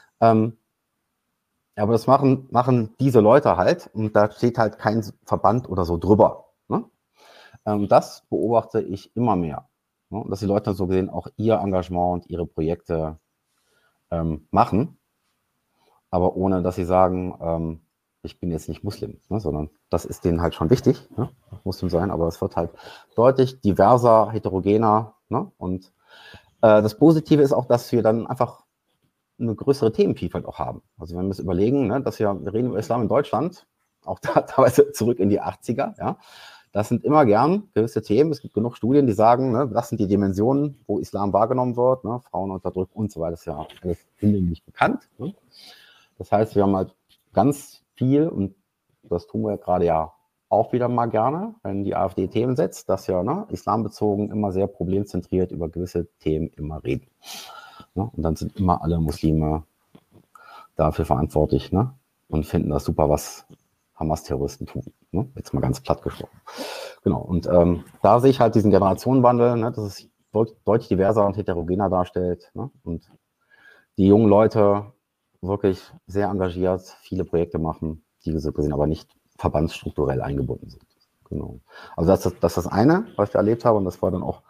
B: Aber das machen diese Leute halt und da steht halt kein Verband oder so drüber. Ne? Das beobachte ich immer mehr, ne? Dass die Leute so gesehen auch ihr Engagement und ihre Projekte machen, aber ohne, dass sie sagen, ich bin jetzt nicht Muslim, ne? Sondern das ist denen halt schon wichtig, ne? Muslim sein, aber es wird halt deutlich diverser, heterogener, ne? Und das Positive ist auch, dass wir dann einfach eine größere Themenvielfalt auch haben. Also wenn wir es überlegen, ne, wir reden über Islam in Deutschland, auch da teilweise zurück in die 80er, ja, das sind immer gern gewisse Themen. Es gibt genug Studien, die sagen, ne, das sind die Dimensionen, wo Islam wahrgenommen wird, ne, Frauen unterdrückt und so weiter, das ist ja alles hinlänglich bekannt. Ne? Das heißt, wir haben halt ganz viel, und das tun wir gerade ja auch wieder mal gerne, wenn die AfD Themen setzt, dass ja, ne, islambezogen immer sehr problemzentriert über gewisse Themen immer reden. Ne? Und dann sind immer alle Muslime dafür verantwortlich, ne? Und finden das super, was Hamas-Terroristen tun. Ne? Jetzt mal ganz platt gesprochen. Genau. Und da sehe ich halt diesen Generationenwandel, ne? Dass es deutlich diverser und heterogener darstellt. Ne? Und die jungen Leute wirklich sehr engagiert, viele Projekte machen, die so gesehen aber nicht verbandsstrukturell eingebunden sind. Genau. Also das ist das eine, was ich erlebt habe, und das war dann auch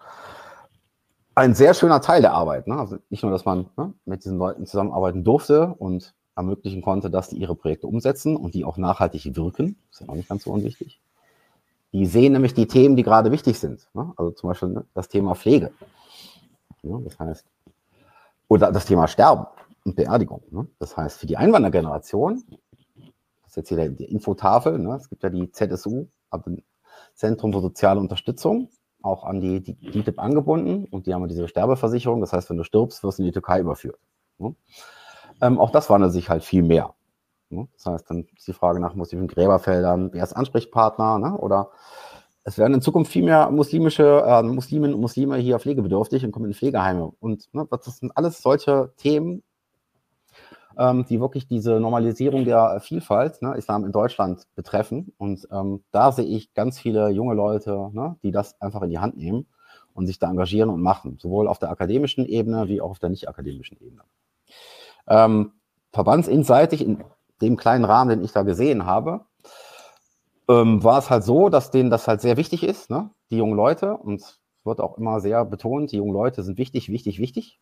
B: ein sehr schöner Teil der Arbeit. Ne? Also nicht nur, dass man, ne, mit diesen Leuten zusammenarbeiten durfte und ermöglichen konnte, dass die ihre Projekte umsetzen und die auch nachhaltig wirken. Das ist ja auch nicht ganz so unwichtig. Die sehen nämlich die Themen, die gerade wichtig sind. Ne? Also zum Beispiel, ne, das Thema Pflege. Ne? Das heißt, oder das Thema Sterben und Beerdigung. Ne? Das heißt, für die Einwandergeneration, das ist jetzt hier die Infotafel, ne? Es gibt ja die ZSU, also Zentrum für soziale Unterstützung, auch an die DİTİB angebunden, und die haben diese Sterbeversicherung. Das heißt, wenn du stirbst, wirst du in die Türkei überführt. Ne? Auch das wandelt sich halt viel mehr. Ne? Das heißt, dann ist die Frage nach muslimischen Gräberfeldern, wer ist Ansprechpartner, ne? Oder es werden in Zukunft viel mehr Musliminnen und Muslime hier pflegebedürftig und kommen in Pflegeheime. Und ne, das sind alles solche Themen, die wirklich diese Normalisierung der Vielfalt, ne, Islam in Deutschland betreffen. Und da sehe ich ganz viele junge Leute, ne, die das einfach in die Hand nehmen und sich da engagieren und machen, sowohl auf der akademischen Ebene wie auch auf der nicht-akademischen Ebene. Verbandsinseitig, in dem kleinen Rahmen, den ich da gesehen habe, war es halt so, dass denen das halt sehr wichtig ist, ne, die jungen Leute, und es wird auch immer sehr betont, die jungen Leute sind wichtig, wichtig, wichtig.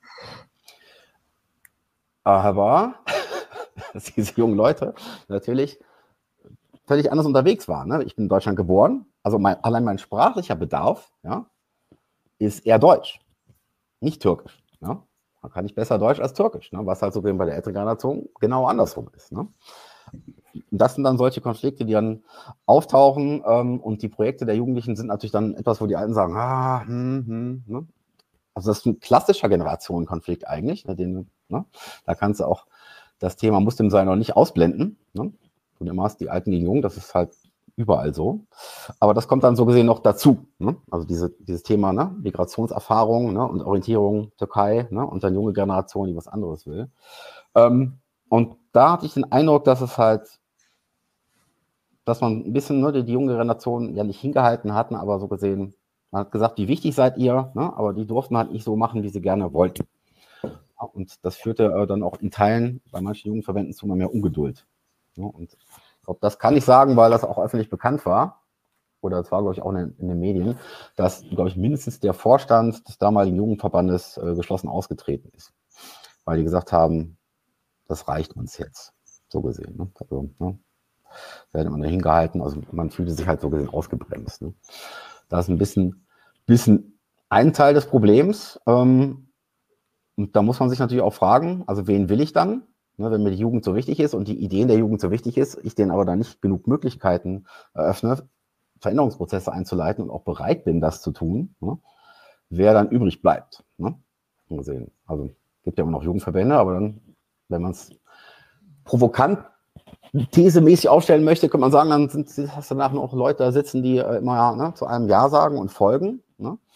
B: Aber dass diese jungen Leute natürlich völlig anders unterwegs waren. Ne? Ich bin in Deutschland geboren, also allein mein sprachlicher Bedarf, ja, ist eher Deutsch, nicht Türkisch. Ja? Da kann ich besser Deutsch als Türkisch, ne? Was halt so bei der älteren Generation genau andersrum ist. Ne? Und das sind dann solche Konflikte, die dann auftauchen, und die Projekte der Jugendlichen sind natürlich dann etwas, wo die Alten sagen, ne? Also das ist ein klassischer Generationenkonflikt eigentlich, ne? Da kannst du auch das Thema Muslim sein noch nicht ausblenden. Ne? Du immer hast die Alten gegen Jungen, das ist halt überall so. Aber das kommt dann so gesehen noch dazu. Ne? Also dieses Thema, ne? Migrationserfahrung, ne? Und Orientierung Türkei, ne? Und dann junge Generation, die was anderes will. Und da hatte ich den Eindruck, dass es halt, dass man ein bisschen, ne, die junge Generation ja nicht hingehalten hatten, aber so gesehen, man hat gesagt, wie wichtig seid ihr, ne? Aber die durften halt nicht so machen, wie sie gerne wollten. Und das führte dann auch in Teilen bei manchen Jugendverbänden zu immer mehr Ungeduld. Ja, und ich glaube, das kann ich sagen, weil das auch öffentlich bekannt war, oder es war, glaube ich, auch in den Medien, dass, glaube ich, mindestens der Vorstand des damaligen Jugendverbandes geschlossen ausgetreten ist. Weil die gesagt haben, das reicht uns jetzt, so gesehen. Ne? Also, ne? Werden immer nur hingehalten, also man fühlte sich halt so gesehen ausgebremst. Ne? Das ist ein bisschen ein Teil des Problems. Und da muss man sich natürlich auch fragen, also wen will ich dann, ne, wenn mir die Jugend so wichtig ist und die Ideen der Jugend so wichtig ist, ich denen aber dann nicht genug Möglichkeiten eröffne, Veränderungsprozesse einzuleiten und auch bereit bin, das zu tun, ne, wer dann übrig bleibt. Ne? Gesehen. Also es gibt ja immer noch Jugendverbände, aber dann, wenn man es provokant thesemäßig aufstellen möchte, könnte man sagen, dann hast du danach noch Leute da sitzen, die immer, ne, zu einem Ja sagen und folgen. Ne?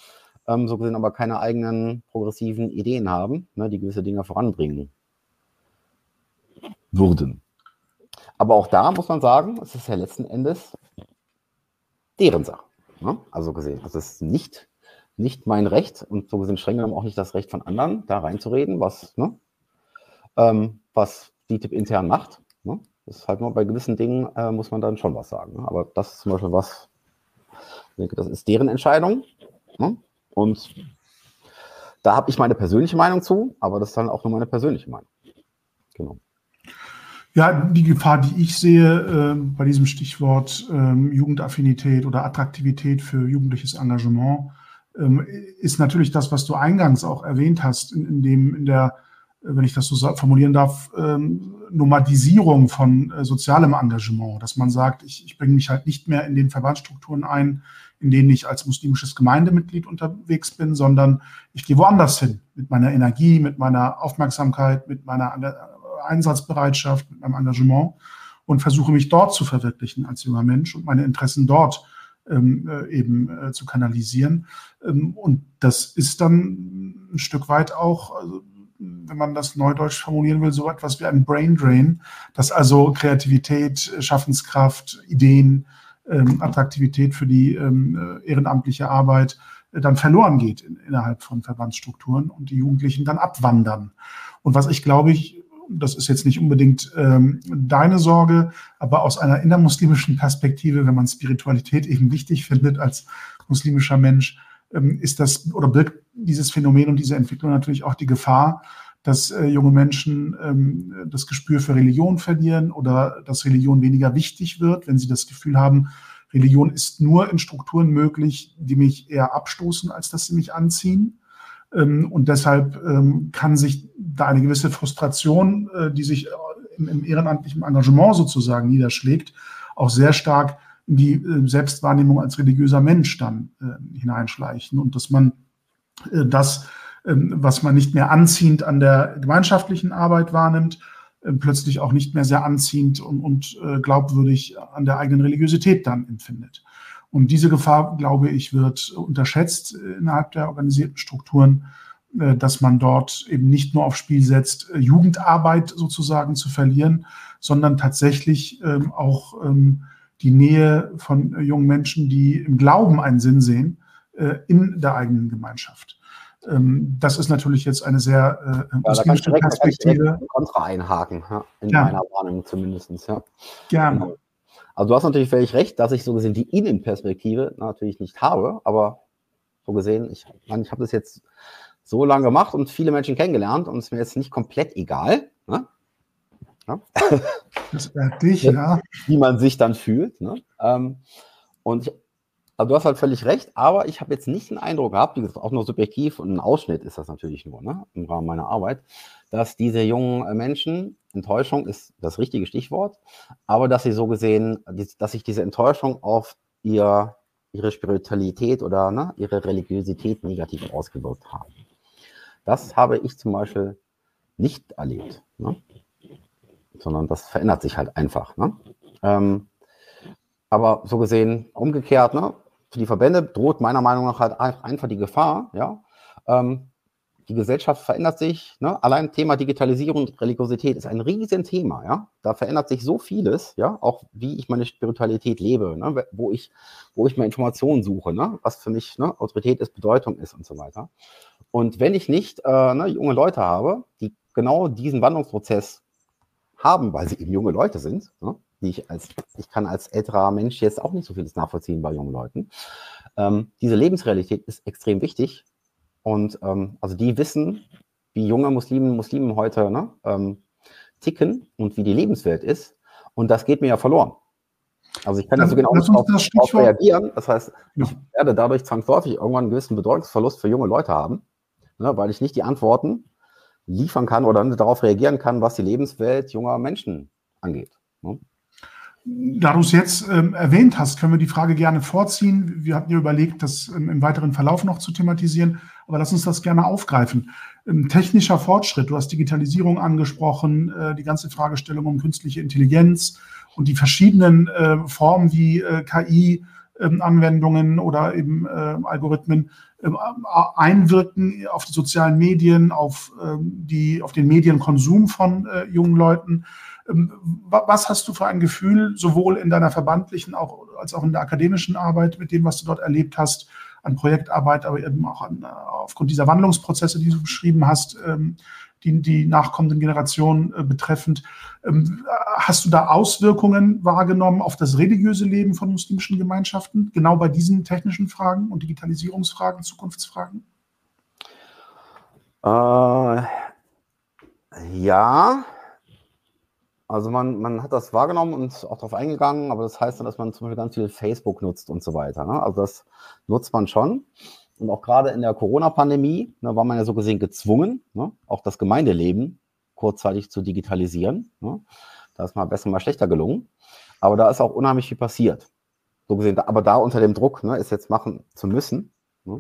B: so gesehen aber keine eigenen progressiven Ideen haben, ne, die gewisse Dinge voranbringen würden. Aber auch da muss man sagen, es ist ja letzten Endes deren Sache. Ne? Also gesehen, das ist nicht mein Recht und so gesehen streng genommen auch nicht das Recht von anderen, da reinzureden, was DTIP intern macht. Ne? Das ist halt nur bei gewissen Dingen muss man dann schon was sagen. Ne? Aber das ist zum Beispiel was, ich denke, das ist deren Entscheidung. Ne? Und da habe ich meine persönliche Meinung zu, aber das ist dann auch nur meine persönliche Meinung. Genau.
A: Ja, die Gefahr, die ich sehe bei diesem Stichwort Jugendaffinität oder Attraktivität für jugendliches Engagement, ist natürlich das, was du eingangs auch erwähnt hast, in der, wenn ich das so formulieren darf, Nomadisierung von sozialem Engagement, dass man sagt, ich bringe mich halt nicht mehr in den Verbandsstrukturen ein, in denen ich als muslimisches Gemeindemitglied unterwegs bin, sondern ich gehe woanders hin mit meiner Energie, mit meiner Aufmerksamkeit, mit meiner Einsatzbereitschaft, mit meinem Engagement und versuche mich dort zu verwirklichen als junger Mensch und meine Interessen dort zu kanalisieren. Und das ist dann ein Stück weit auch, also, wenn man das neudeutsch formulieren will, so etwas wie ein Brain Drain, dass also Kreativität, Schaffenskraft, Ideen, Attraktivität für die ehrenamtliche Arbeit dann verloren geht innerhalb von Verbandsstrukturen und die Jugendlichen dann abwandern. Und was ich glaube, das ist jetzt nicht unbedingt deine Sorge, aber aus einer innermuslimischen Perspektive, wenn man Spiritualität eben wichtig findet als muslimischer Mensch, ist das oder birgt dieses Phänomen und diese Entwicklung natürlich auch die Gefahr, dass junge Menschen das Gespür für Religion verlieren oder dass Religion weniger wichtig wird, wenn sie das Gefühl haben, Religion ist nur in Strukturen möglich, die mich eher abstoßen, als dass sie mich anziehen. Und deshalb kann sich da eine gewisse Frustration, die sich im ehrenamtlichen Engagement sozusagen niederschlägt, auch sehr stark in die Selbstwahrnehmung als religiöser Mensch dann hineinschleichen. Und dass man das, was man nicht mehr anziehend an der gemeinschaftlichen Arbeit wahrnimmt, plötzlich auch nicht mehr sehr anziehend und glaubwürdig an der eigenen Religiosität dann empfindet. Und diese Gefahr, glaube ich, wird unterschätzt innerhalb der organisierten Strukturen, dass man dort eben nicht nur aufs Spiel setzt, Jugendarbeit sozusagen zu verlieren, sondern tatsächlich auch die Nähe von jungen Menschen, die im Glauben einen Sinn sehen, in der eigenen Gemeinschaft. Das ist natürlich jetzt eine sehr muslimische Perspektive.
B: Da kann ich Kontra einhaken, ja, in meiner Wahrnehmung zumindest. Ja.
A: Gerne.
B: Genau. Also du hast natürlich völlig recht, dass ich so gesehen die Innenperspektive natürlich nicht habe, aber so gesehen, ich habe das jetzt so lange gemacht und viele Menschen kennengelernt und es ist mir jetzt nicht komplett egal, ne? Ja?
A: Das ehrt dich, ja.
B: Wie man sich dann fühlt. Ne? Und also du hast halt völlig recht, aber ich habe jetzt nicht den Eindruck gehabt, wie gesagt, auch nur subjektiv und ein Ausschnitt ist das natürlich nur, ne, im Rahmen meiner Arbeit, dass diese jungen Menschen, Enttäuschung ist das richtige Stichwort, aber dass sie so gesehen, dass sich diese Enttäuschung auf ihre Spiritualität oder ne, ihre Religiosität negativ ausgewirkt haben. Das habe ich zum Beispiel nicht erlebt, ne? Sondern das verändert sich halt einfach. Ne? Aber so gesehen umgekehrt, ne? Für die Verbände droht meiner Meinung nach halt einfach die Gefahr, ja, die Gesellschaft verändert sich, ne? Allein Thema Digitalisierung und Religiosität ist ein Riesenthema, ja, da verändert sich so vieles, ja, auch wie ich meine Spiritualität lebe, ne? wo ich mir Informationen suche, ne? Was für mich ne, Autorität ist, Bedeutung ist und so weiter. Und wenn ich nicht junge Leute habe, die genau diesen Wandlungsprozess haben, weil sie eben junge Leute sind, ne? Ich kann als älterer Mensch jetzt auch nicht so vieles nachvollziehen bei jungen Leuten. Diese Lebensrealität ist extrem wichtig und also die wissen, wie junge Muslimen heute ne, ticken und wie die Lebenswelt ist und das geht mir ja verloren. Also ich kann ja so genau darauf reagieren, das heißt, ich werde dadurch zwangsläufig irgendwann einen gewissen Bedeutungsverlust für junge Leute haben, ne, weil ich nicht die Antworten liefern kann oder darauf reagieren kann, was die Lebenswelt junger Menschen angeht. Ne?
A: Da du es jetzt erwähnt hast, können wir die Frage gerne vorziehen. Wir hatten ja überlegt, das im weiteren Verlauf noch zu thematisieren, aber lass uns das gerne aufgreifen. Technischer Fortschritt, du hast Digitalisierung angesprochen, die ganze Fragestellung um künstliche Intelligenz und die verschiedenen Formen wie KI-Anwendungen oder eben Algorithmen einwirken auf die sozialen Medien, auf den Medienkonsum von jungen Leuten. Was hast du für ein Gefühl, sowohl in deiner verbandlichen als auch in der akademischen Arbeit, mit dem, was du dort erlebt hast, an Projektarbeit, aber eben auch aufgrund dieser Wandlungsprozesse, die du beschrieben hast, die nachkommenden Generationen betreffend. Hast du da Auswirkungen wahrgenommen auf das religiöse Leben von muslimischen Gemeinschaften, genau bei diesen technischen Fragen und Digitalisierungsfragen, Zukunftsfragen?
B: Ja, also man hat das wahrgenommen und auch darauf eingegangen, aber das heißt dann, dass man zum Beispiel ganz viel Facebook nutzt und so weiter. Ne? Also das nutzt man schon. Und auch gerade in der Corona-Pandemie, war man ja so gesehen gezwungen, auch das Gemeindeleben kurzzeitig zu digitalisieren. Ne? Da ist mal besser, mal schlechter gelungen. Aber da ist auch unheimlich viel passiert. So gesehen, aber da unter dem Druck, es jetzt machen zu müssen. Ne?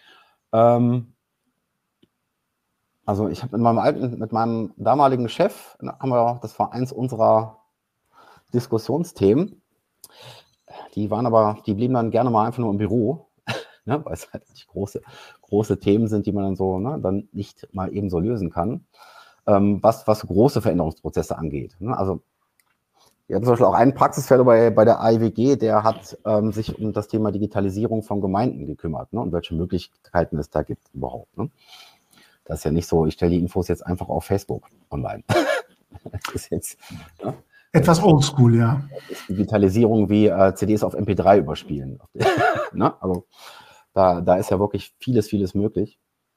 B: Also ich habe mit meinem damaligen Chef, das war eins unserer Diskussionsthemen. Die blieben dann gerne mal einfach nur im Büro. Weil es halt nicht große Themen sind, die man dann so dann nicht mal eben so lösen kann, was große Veränderungsprozesse angeht. Also wir hatten zum Beispiel auch einen Praxisfellow bei der AIWG, der hat sich um das Thema Digitalisierung von Gemeinden gekümmert, und welche Möglichkeiten es da gibt überhaupt. Das ist ja nicht so, ich stelle die Infos jetzt einfach auf Facebook online. Das ist jetzt
A: etwas oldschool, ja.
B: Digitalisierung wie CDs auf MP3 überspielen. Also da ist ja wirklich vieles möglich.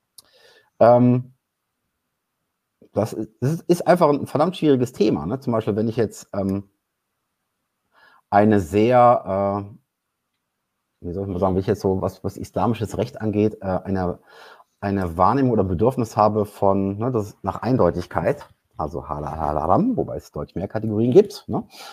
B: Das ist einfach ein verdammt schwieriges Thema. Zum Beispiel, wenn ich jetzt eine sehr, wie soll ich mal sagen, wenn ich jetzt so, was islamisches Recht angeht, eine Wahrnehmung oder Bedürfnis habe von, nach Eindeutigkeit, also Halal, Haram, wobei es deutlich mehr Kategorien gibt,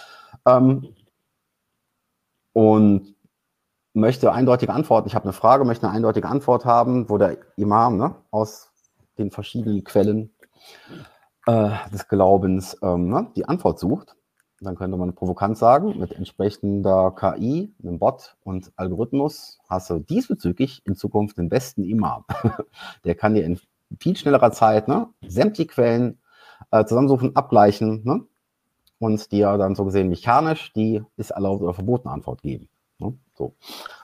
B: und möchte eindeutige Antworten. Ich habe eine Frage, möchte eine eindeutige Antwort haben, wo der Imam aus den verschiedenen Quellen des Glaubens die Antwort sucht. Dann könnte man provokant sagen, mit entsprechender KI, einem Bot und Algorithmus hast du diesbezüglich in Zukunft den besten Imam. Der kann dir in viel schnellerer Zeit sämtliche Quellen zusammensuchen, abgleichen und dir dann so gesehen mechanisch die ist erlaubt oder verbotene Antwort geben. So.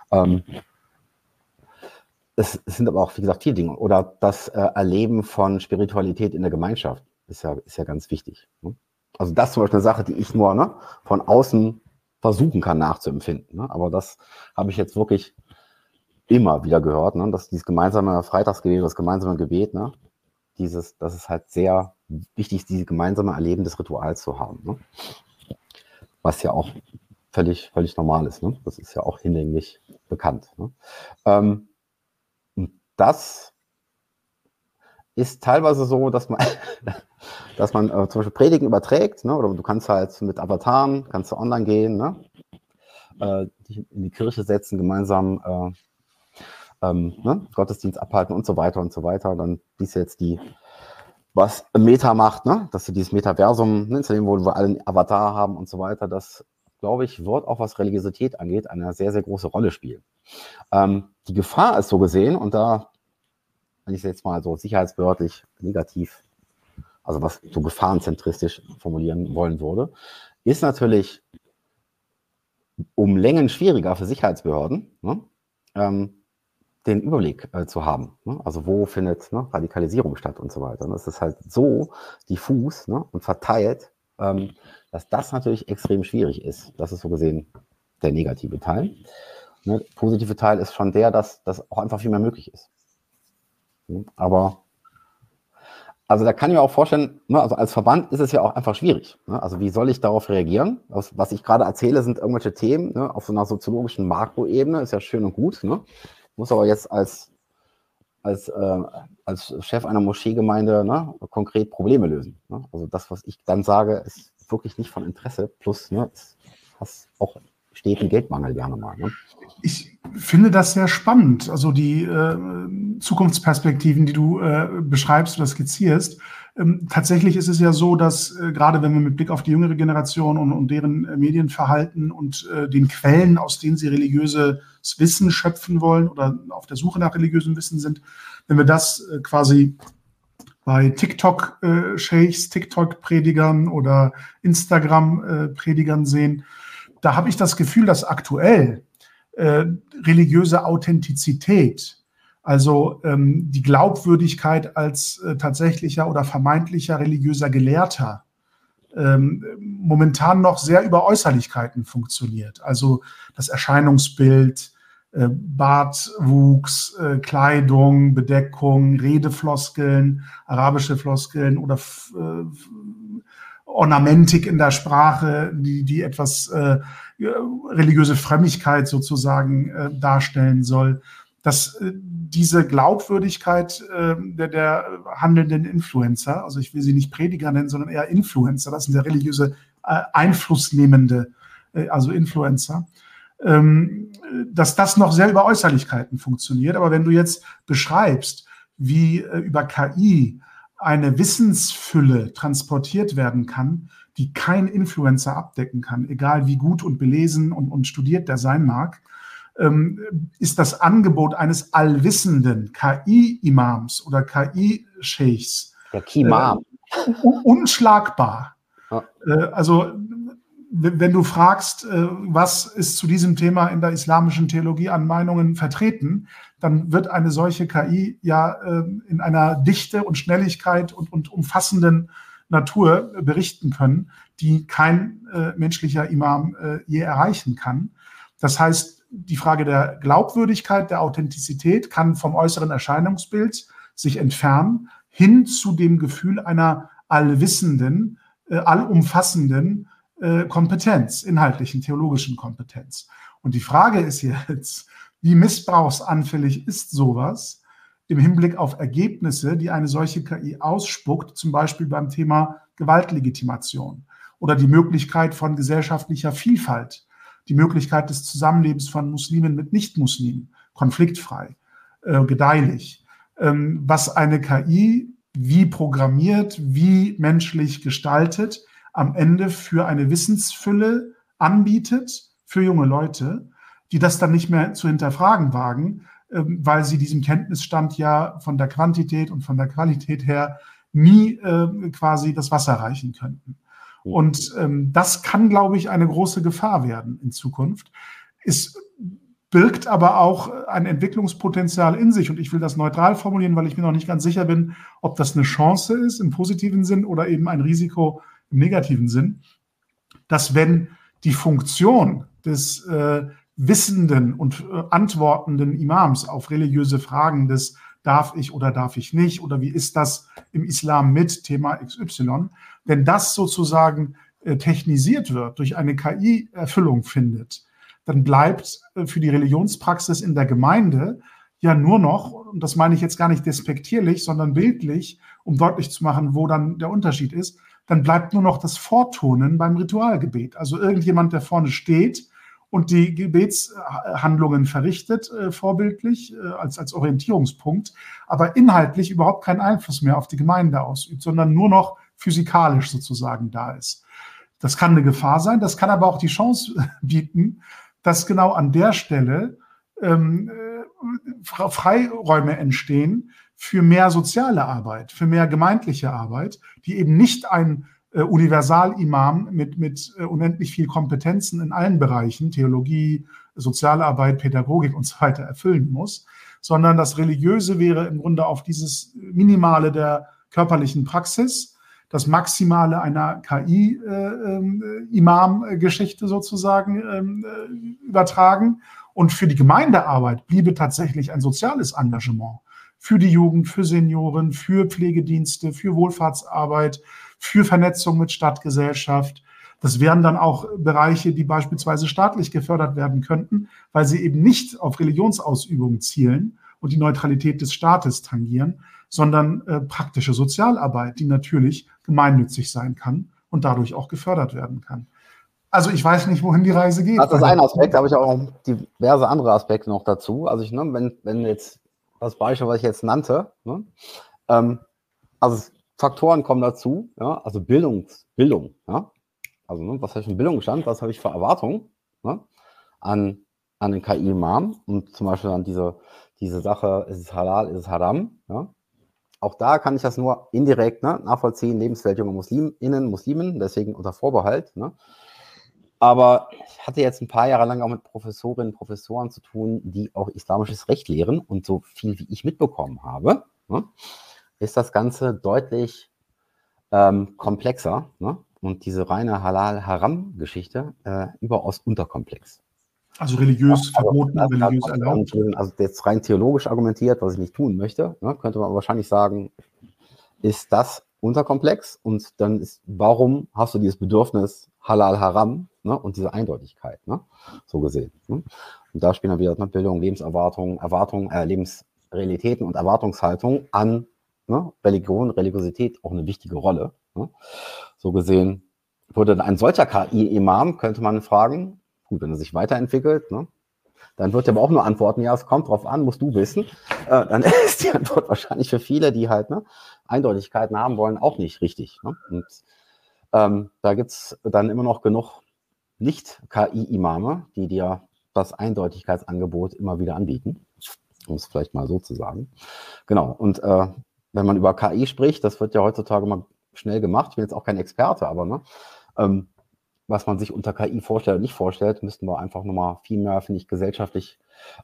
B: Es sind aber auch, wie gesagt, viele Dinge. Oder das Erleben von Spiritualität in der Gemeinschaft ist ja ganz wichtig. Also das ist zum Beispiel eine Sache, die ich nur von außen versuchen kann nachzuempfinden. Aber das habe ich jetzt wirklich immer wieder gehört, dass dieses gemeinsame Freitagsgebet, das gemeinsame Gebet, das ist halt sehr wichtig, dieses gemeinsame Erleben des Rituals zu haben. Was ja auch völlig normal ist. Das ist ja auch hinlänglich bekannt. Und das ist teilweise so, dass man zum Beispiel Predigen überträgt, oder du kannst halt mit Avataren, kannst du online gehen, dich in die Kirche setzen, gemeinsam Gottesdienst abhalten und so weiter und so weiter. Dann siehst du jetzt was Meta macht, dass sie dieses Metaversum installieren, wo wir alle einen Avatar haben und so weiter. Das, glaube ich, wird auch, was Religiosität angeht, eine sehr, sehr große Rolle spielen. Die Gefahr ist so gesehen, und da, wenn ich es jetzt mal so sicherheitsbehördlich negativ, also was so gefahrenzentristisch formulieren wollen würde, ist natürlich um Längen schwieriger für Sicherheitsbehörden, den Überblick zu haben. Also wo findet Radikalisierung statt und so weiter. Das ist halt so diffus und verteilt, dass das natürlich extrem schwierig ist. Das ist so gesehen der negative Teil. Der positive Teil ist schon der, dass das auch einfach viel mehr möglich ist. Aber also da kann ich mir auch vorstellen, also als Verband ist es ja auch einfach schwierig. Also wie soll ich darauf reagieren? Was ich gerade erzähle, sind irgendwelche Themen auf so einer soziologischen Makroebene, ist ja schön und gut. Muss aber jetzt als Chef einer Moscheegemeinde konkret Probleme lösen. Also das, was ich dann sage, ist wirklich nicht von Interesse. Plus, es hast auch steht ein Geldmangel gerne mal.
A: Ich finde das sehr spannend. Also die Zukunftsperspektiven, die du beschreibst oder skizzierst, Tatsächlich ist es ja so, dass gerade wenn wir mit Blick auf die jüngere Generation und deren Medienverhalten und den Quellen, aus denen sie religiöses Wissen schöpfen wollen oder auf der Suche nach religiösem Wissen sind, wenn wir das quasi bei TikTok-Sheikhs, TikTok-Predigern oder Instagram-Predigern sehen, da habe ich das Gefühl, dass aktuell religiöse Authentizität, also die Glaubwürdigkeit als tatsächlicher oder vermeintlicher religiöser Gelehrter momentan noch sehr über Äußerlichkeiten funktioniert. Also das Erscheinungsbild, Bartwuchs, Kleidung, Bedeckung, Redefloskeln, arabische Floskeln oder Ornamentik in der Sprache, die etwas religiöse Frömmigkeit sozusagen darstellen soll, dass diese Glaubwürdigkeit der handelnden Influencer, also ich will sie nicht Prediger nennen, sondern eher Influencer, das sind ja religiöse Einflussnehmende, also Influencer, dass das noch sehr über Äußerlichkeiten funktioniert. Aber wenn du jetzt beschreibst, wie über KI eine Wissensfülle transportiert werden kann, die kein Influencer abdecken kann, egal wie gut und belesen und studiert der sein mag, ist das Angebot eines allwissenden KI-Imams oder KI-Sheikhs unschlagbar. Ja. Also wenn du fragst, was ist zu diesem Thema in der islamischen Theologie an Meinungen vertreten, dann wird eine solche KI ja in einer Dichte und Schnelligkeit und umfassenden Natur berichten können, die kein menschlicher Imam je erreichen kann. Das heißt, die Frage der Glaubwürdigkeit, der Authentizität kann vom äußeren Erscheinungsbild sich entfernen hin zu dem Gefühl einer allwissenden, allumfassenden Kompetenz, inhaltlichen, theologischen Kompetenz. Und die Frage ist jetzt, wie missbrauchsanfällig ist sowas im Hinblick auf Ergebnisse, die eine solche KI ausspuckt, zum Beispiel beim Thema Gewaltlegitimation oder die Möglichkeit von gesellschaftlicher Vielfalt, die Möglichkeit des Zusammenlebens von Muslimen mit Nicht-Muslimen, konfliktfrei, gedeihlich. Was eine KI wie programmiert, wie menschlich gestaltet, am Ende für eine Wissensfülle anbietet für junge Leute, die das dann nicht mehr zu hinterfragen wagen, weil sie diesem Kenntnisstand ja von der Quantität und von der Qualität her nie quasi das Wasser reichen könnten. Und das kann, glaube ich, eine große Gefahr werden in Zukunft. Es birgt aber auch ein Entwicklungspotenzial in sich. Und ich will das neutral formulieren, weil ich mir noch nicht ganz sicher bin, ob das eine Chance ist im positiven Sinn oder eben ein Risiko im negativen Sinn, dass wenn die Funktion des wissenden und antwortenden Imams auf religiöse Fragen des darf ich oder darf ich nicht oder wie ist das im Islam mit Thema XY, wenn das sozusagen technisiert wird, durch eine KI Erfüllung findet, dann bleibt für die Religionspraxis in der Gemeinde ja nur noch, und das meine ich jetzt gar nicht despektierlich, sondern bildlich, um deutlich zu machen, wo dann der Unterschied ist, dann bleibt nur noch das Vortonen beim Ritualgebet. Also irgendjemand, der vorne steht und die Gebetshandlungen verrichtet, vorbildlich, als Orientierungspunkt, aber inhaltlich überhaupt keinen Einfluss mehr auf die Gemeinde ausübt, sondern nur noch physikalisch sozusagen da ist. Das kann eine Gefahr sein, das kann aber auch die Chance bieten, dass genau an der Stelle Freiräume entstehen für mehr soziale Arbeit, für mehr gemeindliche Arbeit, die eben nicht ein Universalimam mit unendlich viel Kompetenzen in allen Bereichen, Theologie, Sozialarbeit, Pädagogik und so weiter erfüllen muss, sondern das Religiöse wäre im Grunde auf dieses Minimale der körperlichen Praxis, das Maximale einer KI-Imam-Geschichte sozusagen übertragen. Und für die Gemeindearbeit bliebe tatsächlich ein soziales Engagement für die Jugend, für Senioren, für Pflegedienste, für Wohlfahrtsarbeit, für Vernetzung mit Stadtgesellschaft. Das wären dann auch Bereiche, die beispielsweise staatlich gefördert werden könnten, weil sie eben nicht auf Religionsausübung zielen und die Neutralität des Staates tangieren, sondern praktische Sozialarbeit, die natürlich gemeinnützig sein kann und dadurch auch gefördert werden kann. Also ich weiß nicht, wohin die Reise geht.
B: Das ist ein Aspekt, da habe ich auch diverse andere Aspekte noch dazu. Also wenn jetzt das Beispiel, was ich jetzt nannte, also Faktoren kommen dazu, ja, also Bildung, ja, also ne, was habe ich für Bildungsstand, was habe ich für Erwartungen, ne, an den KI-Imam und zum Beispiel an diese Sache, ist es halal, ist es haram, ja. Auch da kann ich das nur indirekt, ne, nachvollziehen, Lebenswelt junger Muslimen, deswegen unter Vorbehalt, ne. Aber ich hatte jetzt ein paar Jahre lang auch mit Professorinnen und Professoren zu tun, die auch islamisches Recht lehren, und so viel wie ich mitbekommen habe, ne, ist das Ganze deutlich komplexer, ne, und diese reine Halal-Haram-Geschichte überaus unterkomplex.
A: Also religiös verboten, religiös erlaubt.
B: Also jetzt rein theologisch argumentiert, was ich nicht tun möchte, ne, könnte man wahrscheinlich sagen, ist das unterkomplex, und dann warum hast du dieses Bedürfnis Halal Haram, ne, und diese Eindeutigkeit, ne, so gesehen. Ne? Und da spielen dann wieder, ne, Bildung, Lebenserwartung, Lebensrealitäten und Erwartungshaltung an, ne, Religion, Religiosität auch eine wichtige Rolle. Ne? So gesehen würde ein solcher KI-Imam, könnte man fragen, gut, wenn er sich weiterentwickelt, ne, dann wird er aber auch nur antworten, ja, es kommt drauf an, musst du wissen. Dann ist die Antwort wahrscheinlich für viele, die halt, ne, Eindeutigkeiten haben wollen, auch nicht richtig. Ne? Und da gibt es dann immer noch genug Nicht-KI-Imame, die dir das Eindeutigkeitsangebot immer wieder anbieten, um es vielleicht mal so zu sagen. Genau, und wenn man über KI spricht, das wird ja heutzutage mal schnell gemacht, ich bin jetzt auch kein Experte, aber ne, was man sich unter KI vorstellt oder nicht vorstellt, müssten wir einfach nochmal viel mehr, finde ich, gesellschaftlich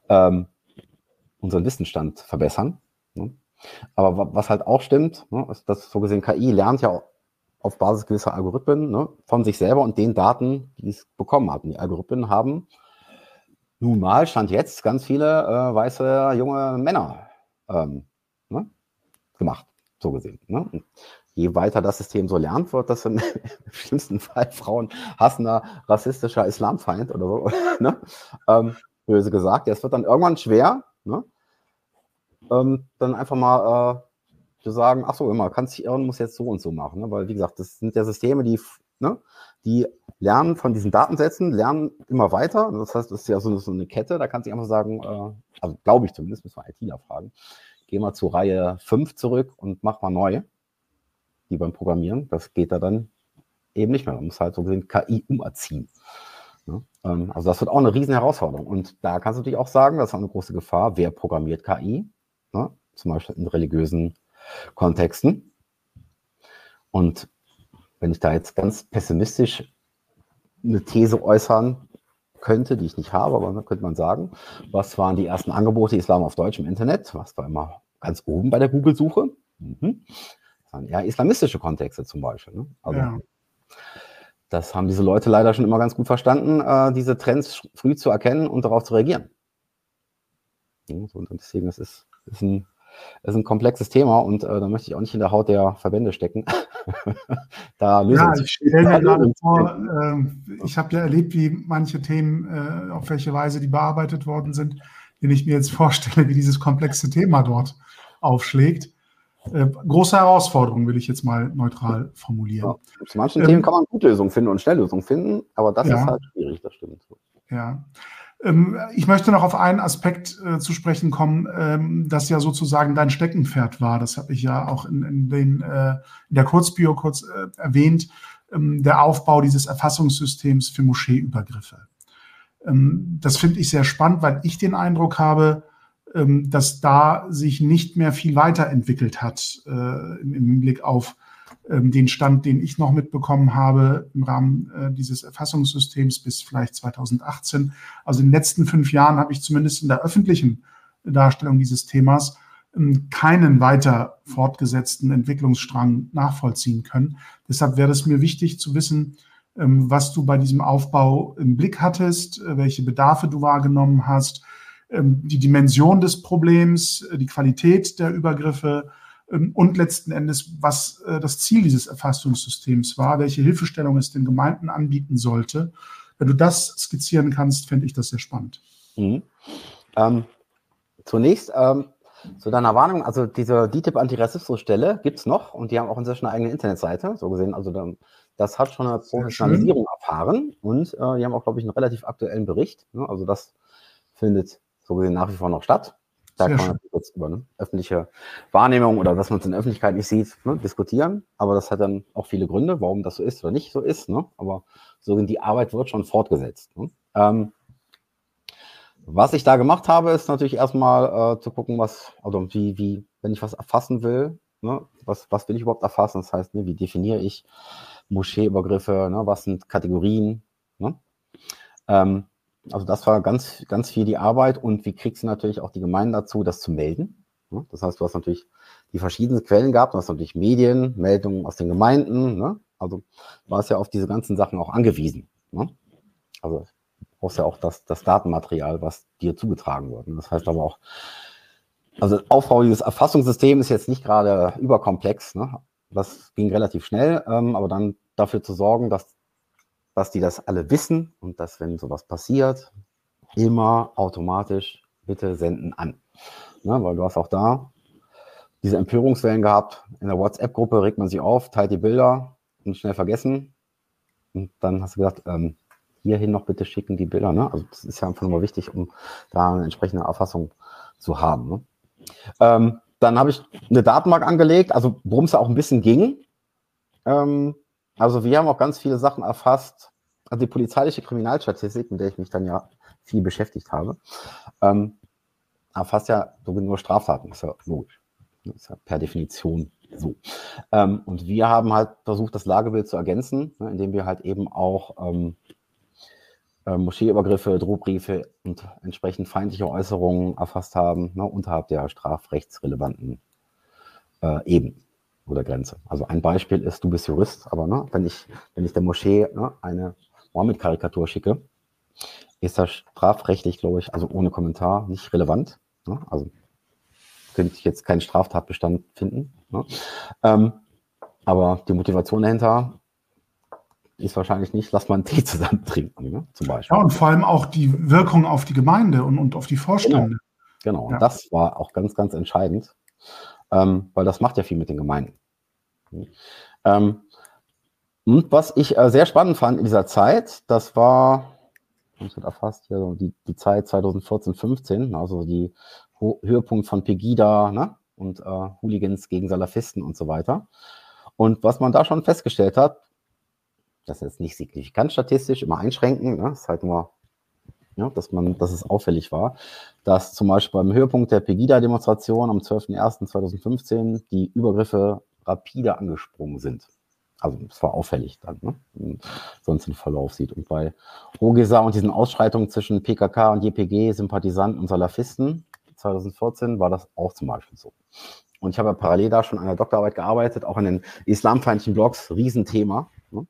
B: unseren Wissensstand verbessern. Ne? Aber was halt auch stimmt, ne, ist, dass so gesehen KI lernt ja auf Basis gewisser Algorithmen, ne, von sich selber und den Daten, die es bekommen hat. Und die Algorithmen haben nun mal, Stand jetzt, ganz viele weiße junge Männer ne, gemacht, so gesehen. Ne? Und je weiter das System so lernt, wird das im schlimmsten Fall frauenhassender, rassistischer Islamfeind oder so, ne? Böse gesagt. Es wird dann irgendwann schwer, ne? Dann einfach mal zu sagen, ach so, immer, kannst dich irren, muss jetzt so und so machen. Ne? Weil, wie gesagt, das sind ja Systeme, die lernen von diesen Datensätzen, lernen immer weiter. Das heißt, das ist ja so eine Kette, da kannst du einfach sagen, also glaube ich zumindest, müssen wir ITler fragen, geh mal zu Reihe 5 zurück und mach mal neu, die beim Programmieren. Das geht da dann eben nicht mehr. Man muss halt so gesehen KI umerziehen. Ne? Also das wird auch eine riesen Herausforderung. Und da kannst du natürlich auch sagen, das ist auch eine große Gefahr, wer programmiert KI, ne? Zum Beispiel in religiösen Kontexten. Und wenn ich da jetzt ganz pessimistisch eine These äußern könnte, die ich nicht habe, aber könnte man sagen, was waren die ersten Angebote Islam auf Deutsch im Internet? Was war immer ganz oben bei der Google-Suche? Das waren eher islamistische Kontexte zum Beispiel. Ne? Also, ja. Das haben diese Leute leider schon immer ganz gut verstanden, diese Trends früh zu erkennen und darauf zu reagieren. Und deswegen, es ist ein komplexes Thema, und da möchte ich auch nicht in der Haut der Verbände stecken.
A: Ich stelle mir gerade vor, ich habe ja erlebt, wie manche Themen, auf welche Weise die bearbeitet worden sind, wenn ich mir jetzt vorstelle, wie dieses komplexe Thema dort aufschlägt. Große Herausforderung, will ich jetzt mal neutral formulieren.
B: Ja, zu manchen Themen kann man gute Lösungen finden und Schnelllösungen finden, aber das ist halt schwierig, das stimmt.
A: Ja. Ich möchte noch auf einen Aspekt zu sprechen kommen, das ja sozusagen dein Steckenpferd war. Das habe ich ja auch in der Kurzbio kurz erwähnt, der Aufbau dieses Erfassungssystems für Moscheeübergriffe. Das finde ich sehr spannend, weil ich den Eindruck habe, dass da sich nicht mehr viel weiterentwickelt hat im Hinblick auf den Stand, den ich noch mitbekommen habe im Rahmen dieses Erfassungssystems bis vielleicht 2018. Also in den letzten 5 Jahren habe ich zumindest in der öffentlichen Darstellung dieses Themas keinen weiter fortgesetzten Entwicklungsstrang nachvollziehen können. Deshalb wäre es mir wichtig zu wissen, was du bei diesem Aufbau im Blick hattest, welche Bedarfe du wahrgenommen hast, die Dimension des Problems, die Qualität der Übergriffe, und letzten Endes, was das Ziel dieses Erfassungssystems war, welche Hilfestellung es den Gemeinden anbieten sollte. Wenn du das skizzieren kannst, fände ich das sehr spannend.
B: Zunächst zu deiner Warnung, also diese DITIB-Antirassismusstelle gibt es noch, und die haben auch inzwischen eine eigene Internetseite, so gesehen, also das hat schon eine Professionalisierung erfahren, und die haben auch, glaube ich, einen relativ aktuellen Bericht, ne? Also das findet so gesehen nach wie vor noch statt. Da kann man jetzt über eine öffentliche Wahrnehmung oder dass man es in der Öffentlichkeit nicht sieht, ne, diskutieren. Aber das hat dann auch viele Gründe, warum das so ist oder nicht so ist. Ne? Aber so die Arbeit wird schon fortgesetzt. Ne? Was ich da gemacht habe, ist natürlich erstmal zu gucken, wenn ich was erfassen will, ne, was will ich überhaupt erfassen? Das heißt, ne, wie definiere ich Moscheeübergriffe, ne, was sind Kategorien? Ne? Also das war ganz, ganz viel die Arbeit und wie kriegst du natürlich auch die Gemeinden dazu, das zu melden? Ne? Das heißt, du hast natürlich die verschiedenen Quellen gehabt, du hast natürlich Medien, Meldungen aus den Gemeinden, ne? Also warst ja auf diese ganzen Sachen auch angewiesen. Ne? Also brauchst ja auch das Datenmaterial, was dir zugetragen wird. Das heißt aber auch, also Aufbau dieses Erfassungssystems ist jetzt nicht gerade überkomplex. Ne? Das ging relativ schnell, aber dann dafür zu sorgen, dass die das alle wissen und dass, wenn sowas passiert, immer automatisch bitte senden an. Ne? Weil du hast auch da diese Empörungswellen gehabt. In der WhatsApp-Gruppe regt man sich auf, teilt die Bilder und schnell vergessen. Und dann hast du gesagt, hierhin noch bitte schicken die Bilder. Ne? Also das ist ja einfach nochmal wichtig, um da eine entsprechende Erfassung zu haben. Ne? Dann habe ich eine Datenbank angelegt, also worum es auch ein bisschen ging. Also wir haben auch ganz viele Sachen erfasst. Also die polizeiliche Kriminalstatistik, mit der ich mich dann ja viel beschäftigt habe, erfasst ja nur Straftaten. Das ist ja logisch. Das ist ja per Definition so. Und wir haben halt versucht, das Lagebild zu ergänzen, ne, indem wir halt eben auch Moscheeübergriffe, Drohbriefe und entsprechend feindliche Äußerungen erfasst haben, ne, unterhalb der strafrechtsrelevanten Ebenen oder Grenze. Also ein Beispiel ist, du bist Jurist, aber ne, wenn ich der Moschee eine Mohammed-Karikatur schicke, ist das strafrechtlich, glaube ich, also ohne Kommentar nicht relevant. Ne? Also könnte ich jetzt keinen Straftatbestand finden. Ne? Aber die Motivation dahinter ist wahrscheinlich nicht, lass mal einen Tee zusammen trinken, ne? Zum Beispiel.
A: Ja, und vor allem auch die Wirkung auf die Gemeinde und auf die Vorstände.
B: Genau.
A: Ja.
B: Und das war auch ganz, ganz entscheidend, weil das macht ja viel mit den Gemeinden. Und was ich sehr spannend fand in dieser Zeit, das war, ich habe erfasst, ja, die Zeit 2014, 15, also die Höhepunkt von Pegida, ne? Und Hooligans gegen Salafisten und so weiter. Und was man da schon festgestellt hat, das ist nicht signifikant statistisch, immer einschränken, ne? Ist halt nur, ja, dass es auffällig war, dass zum Beispiel beim Höhepunkt der Pegida-Demonstration am 12.01.2015 die Übergriffe rapide angesprungen sind. Also es war auffällig dann, ne? Wenn man sonst den Verlauf sieht. Und bei Rogesa und diesen Ausschreitungen zwischen PKK und JPG, Sympathisanten und Salafisten 2014 war das auch zum Beispiel so. Und ich habe ja parallel da schon an der Doktorarbeit gearbeitet, auch in den islamfeindlichen Blogs, Riesenthema. Ne?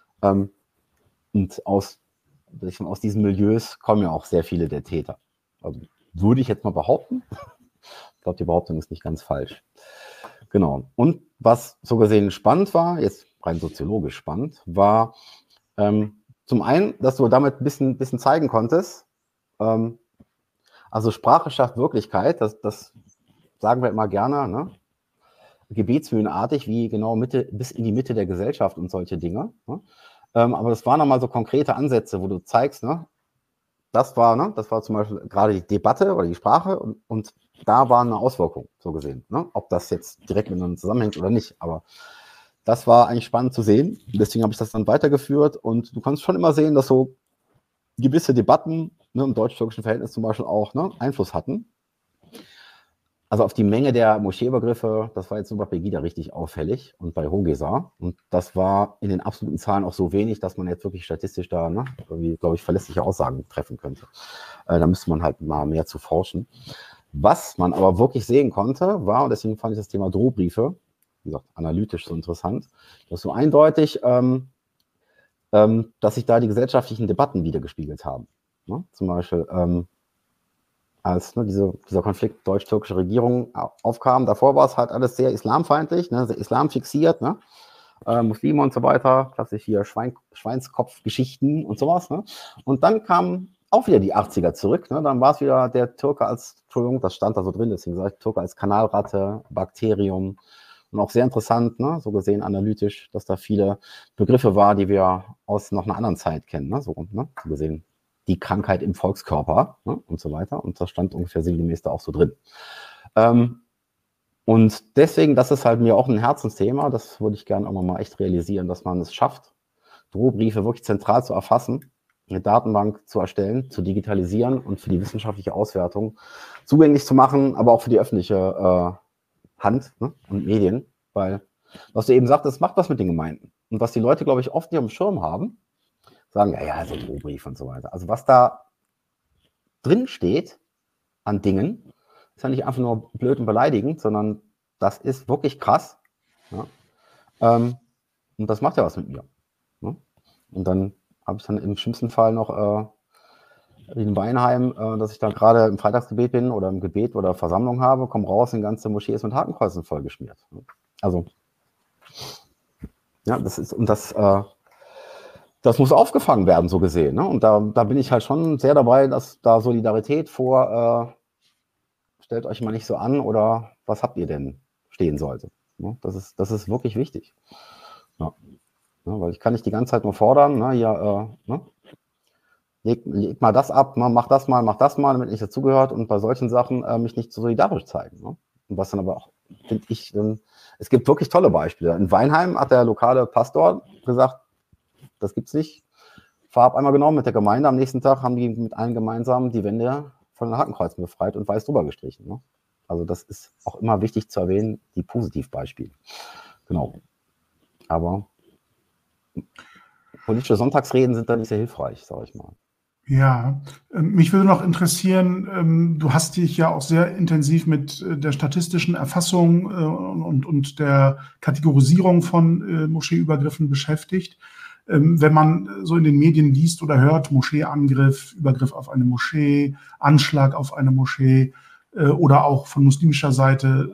B: Und aus diesen Milieus kommen ja auch sehr viele der Täter. Also würde ich jetzt mal behaupten. Ich glaube, die Behauptung ist nicht ganz falsch. Genau. Und was so gesehen spannend war, jetzt rein soziologisch spannend, war zum einen, dass du damit ein bisschen zeigen konntest, also Sprache schafft Wirklichkeit, das sagen wir immer gerne, ne? Gebetsmühlenartig, wie genau bis in die Mitte der Gesellschaft und solche Dinge. Ne? Aber das waren nochmal so konkrete Ansätze, wo du zeigst, ne? Das war zum Beispiel gerade die Debatte oder die Sprache und da war eine Auswirkung, so gesehen. Ne? Ob das jetzt direkt miteinander zusammenhängt oder nicht, aber das war eigentlich spannend zu sehen. Deswegen habe ich das dann weitergeführt und du kannst schon immer sehen, dass so gewisse Debatten, ne, im deutsch-türkischen Verhältnis zum Beispiel auch, ne, Einfluss hatten. Also auf die Menge der Moscheeübergriffe, das war jetzt nur bei Pegida richtig auffällig und bei Rogesa. Und das war in den absoluten Zahlen auch so wenig, dass man jetzt wirklich statistisch da, ne, irgendwie, glaube ich, verlässliche Aussagen treffen könnte. Da müsste man halt mal mehr zu forschen. Was man aber wirklich sehen konnte, war, und deswegen fand ich das Thema Drohbriefe, wie gesagt, analytisch so interessant, dass so eindeutig, dass sich da die gesellschaftlichen Debatten wiedergespiegelt haben. Ne? Zum Beispiel, als dieser Konflikt deutsch-türkische Regierung aufkam, davor war es halt alles sehr islamfeindlich, ne, sehr islamfixiert, ne? Muslime und so weiter, klassisch hier Schweinskopfgeschichten und sowas. Ne? Und dann kamen auch wieder die 80er zurück. Ne? Dann war es wieder der Türke Entschuldigung, das stand da so drin, deswegen sage ich Türke als Kanalratte, Bakterium. Und auch sehr interessant, ne? So gesehen analytisch, dass da viele Begriffe war, die wir aus noch einer anderen Zeit kennen. Ne? So gesehen die Krankheit im Volkskörper, ne? Und so weiter. Und das stand ungefähr sinngemäß da auch so drin. Und deswegen, das ist halt mir auch ein Herzensthema, das würde ich gerne auch mal echt realisieren, dass man es schafft, Drohbriefe wirklich zentral zu erfassen, eine Datenbank zu erstellen, zu digitalisieren und für die wissenschaftliche Auswertung zugänglich zu machen, aber auch für die öffentliche Hand, ne, und Medien, weil, was du eben sagtest, macht was mit den Gemeinden. Und was die Leute, glaube ich, oft nicht auf dem Schirm haben, sagen, ja, so ein Drohbrief und so weiter. Also was da drin steht an Dingen, ist ja nicht einfach nur blöd und beleidigend, sondern das ist wirklich krass. Ja? Und das macht ja was mit mir. Ne? Und dann habe ich dann im schlimmsten Fall noch in Weinheim, dass ich dann gerade im Freitagsgebet bin oder im Gebet oder Versammlung habe, komme raus, die ganze Moschee ist mit Hakenkreuzen vollgeschmiert. Also, ja, das ist, und das muss aufgefangen werden, so gesehen. Ne? Und da bin ich halt schon sehr dabei, dass da Solidarität stellt euch mal nicht so an oder was habt ihr denn stehen sollte. Ne? Das ist wirklich wichtig. Ja. Ja, weil ich kann nicht die ganze Zeit nur fordern, ne? Ja, ne? Leg mal das ab, ne? Mach das mal, damit nicht dazugehört und bei solchen Sachen mich nicht so solidarisch zeigen. Ne? Und was dann aber auch, finde ich, es gibt wirklich tolle Beispiele. In Weinheim hat der lokale Pastor gesagt, das gibt's nicht. Farbeimer genommen mit der Gemeinde. Am nächsten Tag haben die mit allen gemeinsam die Wände von den Hakenkreuzen befreit und weiß drüber gestrichen. Ne? Also das ist auch immer wichtig zu erwähnen, die Positivbeispiele. Genau. Aber politische Sonntagsreden sind da nicht sehr hilfreich, sage ich mal.
A: Ja, mich würde noch interessieren, du hast dich ja auch sehr intensiv mit der statistischen Erfassung und der Kategorisierung von Moscheeübergriffen beschäftigt. Wenn man so in den Medien liest oder hört, Moscheeangriff, Übergriff auf eine Moschee, Anschlag auf eine Moschee oder auch von muslimischer Seite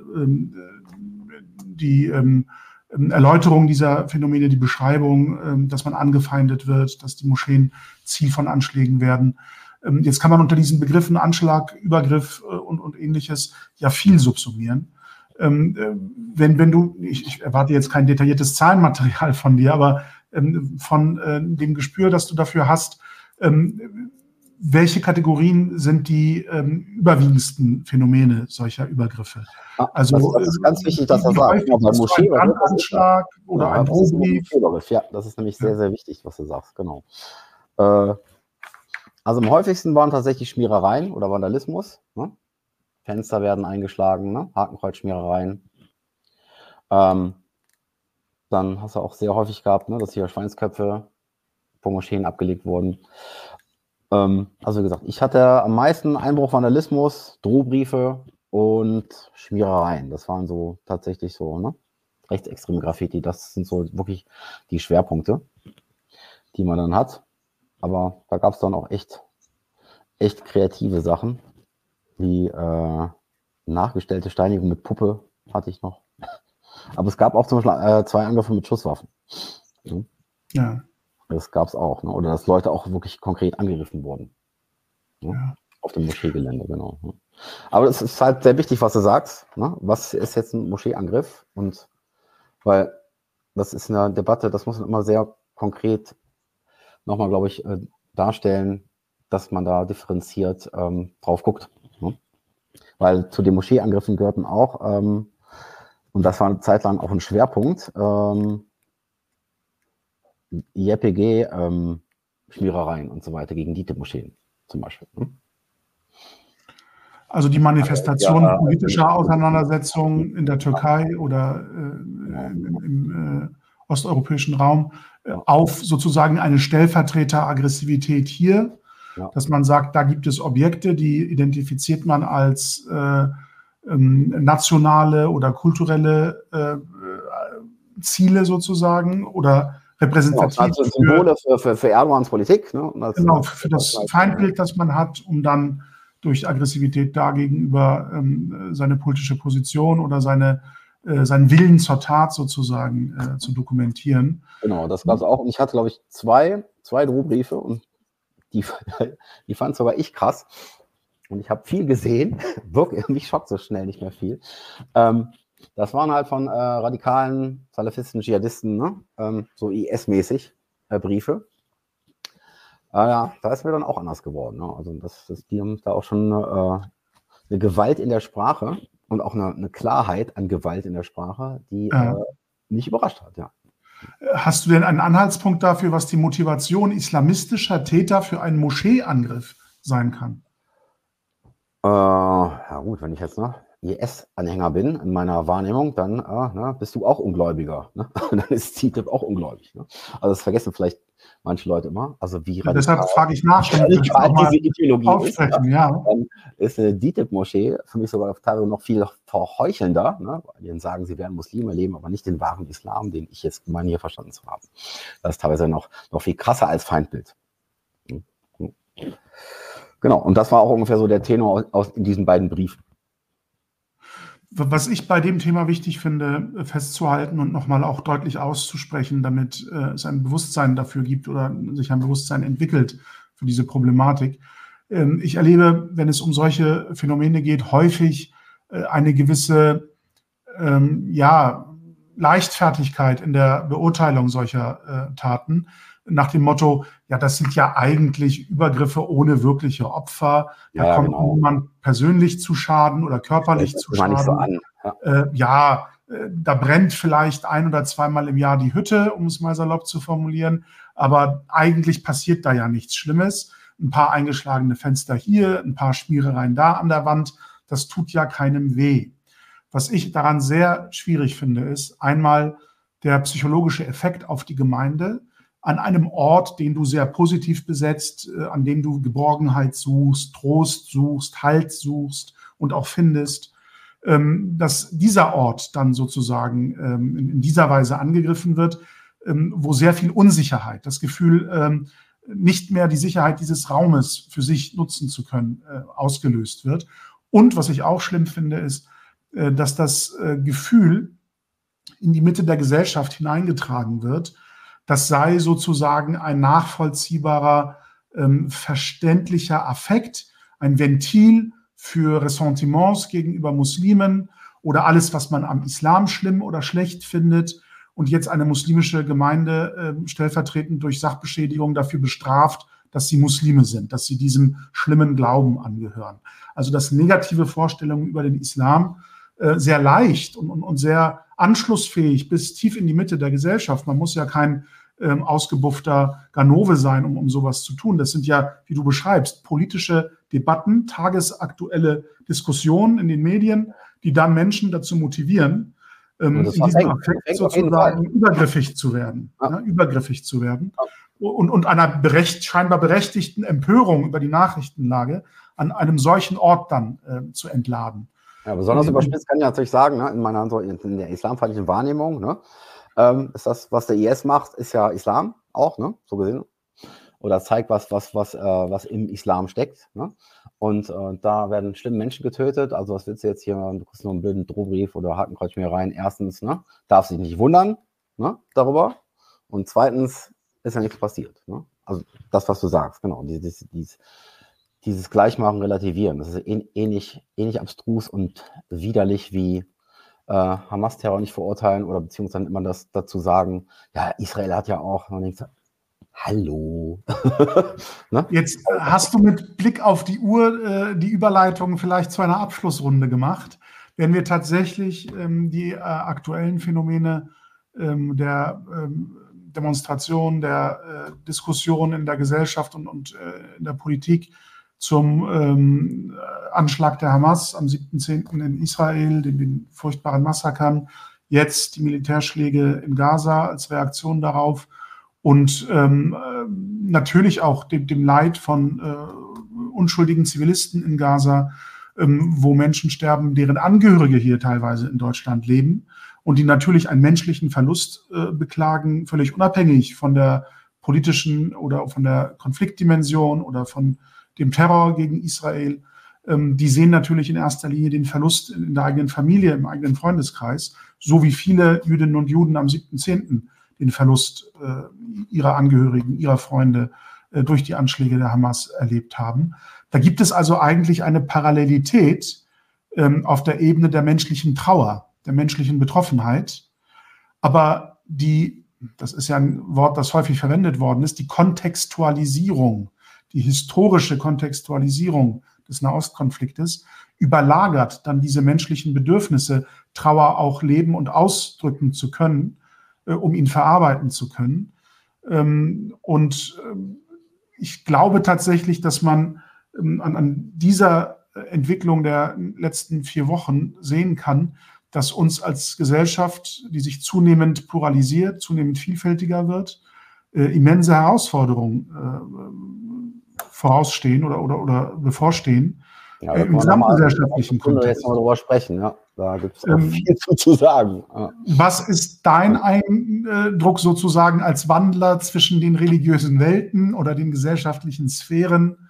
A: die Erläuterung dieser Phänomene, die Beschreibung, dass man angefeindet wird, dass die Moscheen Ziel von Anschlägen werden. Jetzt kann man unter diesen Begriffen Anschlag, Übergriff und Ähnliches ja viel subsumieren. Wenn du, ich erwarte jetzt kein detailliertes Zahlenmaterial von dir, aber von dem Gespür, das du dafür hast, welche Kategorien sind die überwiegendsten Phänomene solcher Übergriffe? Also,
B: das ist ganz wichtig, dass er sagt. Ja, bei Moschee,
A: ein Brandanschlag oder ein Drohbrief?
B: Ja, das ist nämlich sehr, sehr wichtig, was du sagst, genau. Also am häufigsten waren tatsächlich Schmierereien oder Vandalismus. Ne? Fenster werden eingeschlagen, ne? Hakenkreuzschmierereien. Dann hast du auch sehr häufig gehabt, ne, dass hier Schweinsköpfe vor Moscheen abgelegt wurden. Also wie gesagt, ich hatte am meisten Einbruch, Vandalismus, Drohbriefe und Schmierereien. Das waren so tatsächlich so, ne? Rechtsextreme Graffiti, das sind so wirklich die Schwerpunkte, die man dann hat. Aber da gab es dann auch echt kreative Sachen, wie nachgestellte Steinigung mit Puppe hatte ich noch. Aber es gab auch zum Beispiel 2 Angriffe mit Schusswaffen. Ja. Das gab es auch. Ne? Oder dass Leute auch wirklich konkret angegriffen wurden. Ne? Ja. Auf dem Moscheegelände, genau. Ne? Aber es ist halt sehr wichtig, was du sagst. Ne? Was ist jetzt ein Moscheeangriff? Und weil das ist eine Debatte, das muss man immer sehr konkret nochmal, glaube ich, darstellen, dass man da differenziert drauf guckt. Ne? Weil zu den Moscheeangriffen gehörten auch, und das war eine Zeit lang auch ein Schwerpunkt, JPG, Schmierereien und so weiter gegen DİTİB-Moscheen zum Beispiel. Ne?
A: Also die Manifestation politischer Auseinandersetzungen in der Türkei oder im osteuropäischen Raum auf sozusagen eine Stellvertreteraggressivität hier, dass man sagt, da gibt es Objekte, die identifiziert man als nationale oder kulturelle Ziele sozusagen oder repräsentativ.
B: Also Symbole für Erdogans Politik. Ne?
A: Genau, für das Feindbild, das man hat, um dann durch Aggressivität dagegenüber seine politische Position oder seinen Willen zur Tat sozusagen zu dokumentieren.
B: Genau, das gab es auch. Und ich hatte, glaube ich, zwei Drohbriefe und die fand sogar ich krass. Und ich habe viel gesehen. Wirklich, mich schockt so schnell nicht mehr viel. Das waren halt von radikalen Salafisten, Dschihadisten, ne? So IS-mäßig Briefe. Ja, da ist mir dann auch anders geworden. Ne? Also die haben da auch schon eine Gewalt in der Sprache. und auch eine Klarheit an Gewalt in der Sprache, die mich überrascht hat, ja.
A: Hast du denn einen Anhaltspunkt dafür, was die Motivation islamistischer Täter für einen Moscheeangriff sein kann?
B: Ja gut, wenn ich jetzt IS-Anhänger bin in meiner Wahrnehmung, dann bist du auch Ungläubiger. Ne? Dann ist DITIB auch ungläubig. Ne? Also das vergessen vielleicht manche Leute immer. Also wie
A: radikal, deshalb frage ich nach,
B: diese Ideologie ist,
A: dann
B: ist eine DITIB-Moschee für mich sogar teilweise noch viel verheuchelnder, ne? Weil die sagen, sie wären Muslime, leben aber nicht den wahren Islam, den ich jetzt meine hier verstanden zu haben. Das ist teilweise noch viel krasser als Feindbild. Genau, und das war auch ungefähr so der Tenor in diesen beiden Briefen.
A: Was ich bei dem Thema wichtig finde, festzuhalten und nochmal auch deutlich auszusprechen, damit es ein Bewusstsein dafür gibt oder sich ein Bewusstsein entwickelt für diese Problematik. Ich erlebe, wenn es um solche Phänomene geht, häufig eine gewisse Leichtfertigkeit in der Beurteilung solcher Taten. Nach dem Motto, ja, das sind ja eigentlich Übergriffe ohne wirkliche Opfer. Da kommt niemand persönlich zu Schaden oder körperlich zu Schaden.
B: Nicht so an.
A: Da brennt vielleicht 1- oder zweimal im Jahr die Hütte, um es mal salopp zu formulieren. Aber eigentlich passiert da ja nichts Schlimmes. Ein paar eingeschlagene Fenster hier, ein paar Schmierereien da an der Wand. Das tut ja keinem weh. Was ich daran sehr schwierig finde, ist einmal der psychologische Effekt auf die Gemeinde, an einem Ort, den du sehr positiv besetzt, an dem du Geborgenheit suchst, Trost suchst, Halt suchst und auch findest, dass dieser Ort dann sozusagen in dieser Weise angegriffen wird, wo sehr viel Unsicherheit, das Gefühl, nicht mehr die Sicherheit dieses Raumes für sich nutzen zu können, ausgelöst wird. Und was ich auch schlimm finde, ist, dass das Gefühl in die Mitte der Gesellschaft hineingetragen wird, das sei sozusagen ein nachvollziehbarer, verständlicher Affekt, ein Ventil für Ressentiments gegenüber Muslimen oder alles, was man am Islam schlimm oder schlecht findet und jetzt eine muslimische Gemeinde stellvertretend durch Sachbeschädigung dafür bestraft, dass sie Muslime sind, dass sie diesem schlimmen Glauben angehören. Also dass negative Vorstellungen über den Islam sehr leicht und sehr anschlussfähig bis tief in die Mitte der Gesellschaft. Man muss ja kein ausgebuffter Ganove sein, um sowas zu tun. Das sind ja, wie du beschreibst, politische Debatten, tagesaktuelle Diskussionen in den Medien, die dann Menschen dazu motivieren, in diesem Affekt sozusagen übergriffig zu werden. Ja. Übergriffig zu werden. Und einer scheinbar berechtigten Empörung über die Nachrichtenlage an einem solchen Ort dann zu entladen.
B: Ja, besonders überspitzt kann ich natürlich sagen, ne, in der islamfeindlichen Wahrnehmung, ne, ist das, was der IS macht, ist ja Islam auch, ne, so gesehen. Oder zeigt, was im Islam steckt. Ne? Und da werden schlimme Menschen getötet. Also was willst du jetzt hier, du kriegst nur einen blöden Drohbrief oder Hakenkreuz mir rein. Erstens, ne, darf sich nicht wundern, ne, darüber. Und zweitens ist ja nichts passiert. Ne? Also das, was du sagst, genau. Dieses Gleichmachen, Relativieren, das ist ähnlich abstrus und widerlich wie Hamas-Terror nicht verurteilen oder beziehungsweise immer das dazu sagen, ja, Israel hat ja auch, man denkt, hallo.
A: Ne? Jetzt hast du mit Blick auf die Uhr die Überleitung vielleicht zu einer Abschlussrunde gemacht. Wenn wir tatsächlich die aktuellen Phänomene der Demonstration, der Diskussion in der Gesellschaft und in der Politik zum Anschlag der Hamas am 7.10. in Israel, den furchtbaren Massakern, jetzt die Militärschläge in Gaza als Reaktion darauf und natürlich auch dem Leid von unschuldigen Zivilisten in Gaza, wo Menschen sterben, deren Angehörige hier teilweise in Deutschland leben und die natürlich einen menschlichen Verlust beklagen, völlig unabhängig von der politischen oder von der Konfliktdimension oder von dem Terror gegen Israel. Die sehen natürlich in erster Linie den Verlust in der eigenen Familie, im eigenen Freundeskreis, so wie viele Jüdinnen und Juden am 7.10. den Verlust ihrer Angehörigen, ihrer Freunde durch die Anschläge der Hamas erlebt haben. Da gibt es also eigentlich eine Parallelität auf der Ebene der menschlichen Trauer, der menschlichen Betroffenheit. Aber das ist ja ein Wort, das häufig verwendet worden ist, die Kontextualisierung, die historische Kontextualisierung des Nahostkonfliktes, überlagert dann diese menschlichen Bedürfnisse, Trauer auch leben und ausdrücken zu können, um ihn verarbeiten zu können. Ich glaube tatsächlich, dass man an dieser Entwicklung der letzten 4 Wochen sehen kann, dass uns als Gesellschaft, die sich zunehmend pluralisiert, zunehmend vielfältiger wird, immense Herausforderungen vorausstehen oder bevorstehen.
B: Ja,
A: Im gesamtgesellschaftlichen Kontext.
B: Jetzt mal drüber sprechen, ja. Da gibt es auch viel zu sagen. Ja.
A: Was ist dein Eindruck sozusagen als Wandler zwischen den religiösen Welten oder den gesellschaftlichen Sphären?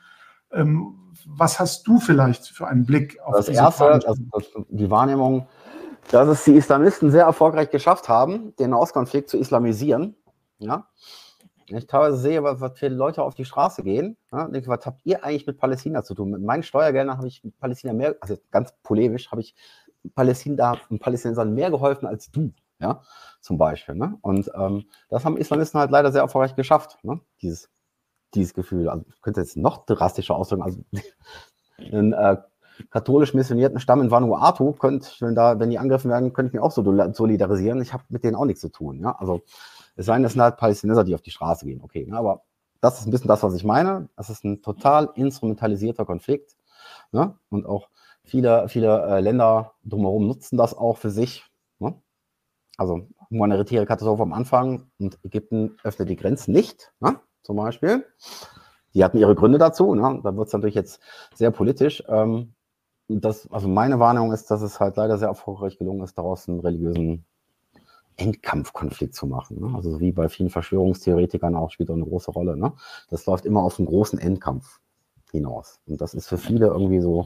A: Was hast du vielleicht für einen Blick auf
B: das Erste, die Wahrnehmung, dass es die Islamisten sehr erfolgreich geschafft haben, den Nahostkonflikt zu islamisieren. Ja? Wenn ich teilweise sehe, was viele Leute auf die Straße gehen, ja, denke ich, was habt ihr eigentlich mit Palästina zu tun? Mit meinen Steuergeldern habe ich Palästina mehr, also ganz polemisch, habe ich Palästinensern mehr geholfen als du, ja, zum Beispiel. Ne? Und das haben Islamisten halt leider sehr erfolgreich geschafft, ne? Dieses Gefühl. Also ich könnte jetzt noch drastischer ausdrücken. Also einen katholisch missionierten Stamm in Vanuatu wenn die angegriffen werden, könnte ich mich auch so solidarisieren. Ich habe mit denen auch nichts zu tun. Ja? Also es sei denn, es sind halt Palästinenser, die auf die Straße gehen. Okay, ne? Aber das ist ein bisschen das, was ich meine. Das ist ein total instrumentalisierter Konflikt. Ne? Und auch viele Länder drumherum nutzen das auch für sich. Ne? Also humanitäre Katastrophe am Anfang und Ägypten öffnet die Grenzen nicht, ne? Zum Beispiel. Die hatten ihre Gründe dazu. Ne? Da wird es natürlich jetzt sehr politisch. Also meine Wahrnehmung ist, dass es halt leider sehr erfolgreich gelungen ist, daraus einen religiösen Endkampfkonflikt zu machen. Ne? Also wie bei vielen Verschwörungstheoretikern auch spielt auch eine große Rolle. Ne? Das läuft immer auf einen großen Endkampf hinaus. Und das ist für viele irgendwie so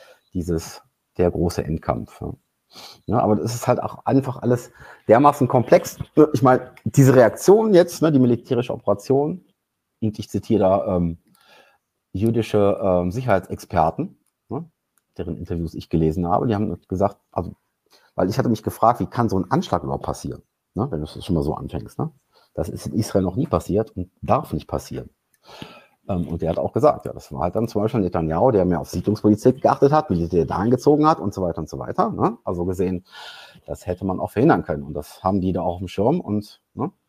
B: der große Endkampf. Ja. Ja, aber das ist halt auch einfach alles dermaßen komplex. Ich meine, diese Reaktion jetzt, ne, die militärische Operation, und ich zitiere da jüdische Sicherheitsexperten, ne, deren Interviews ich gelesen habe, die haben gesagt, also, weil ich hatte mich gefragt, wie kann so ein Anschlag überhaupt passieren, ne, wenn du das schon mal so anfängst. Ne? Das ist in Israel noch nie passiert und darf nicht passieren. Und der hat auch gesagt, ja, das war halt dann zum Beispiel Netanyahu, der mehr auf Siedlungspolitik geachtet hat, Militär dahin gezogen hat und so weiter und so weiter. Ne? Also gesehen, das hätte man auch verhindern können. Und das haben die da auch auf dem Schirm. Und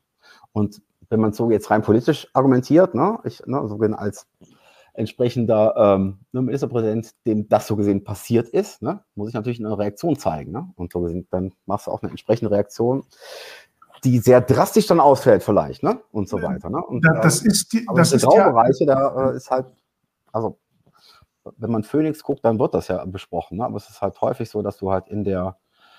B: wenn man so jetzt rein politisch argumentiert, so als entsprechender Ministerpräsident, dem das so gesehen passiert ist, ne, muss ich natürlich eine Reaktion zeigen. Ne? Und so gesehen, dann machst du auch eine entsprechende Reaktion, die sehr drastisch dann ausfällt vielleicht, ne? Und so weiter. Ne? Und,
A: das ist
B: Graubereiche, da ist halt, also wenn man Phoenix guckt, dann wird das ja besprochen, ne? Aber es ist halt häufig so, dass du halt in der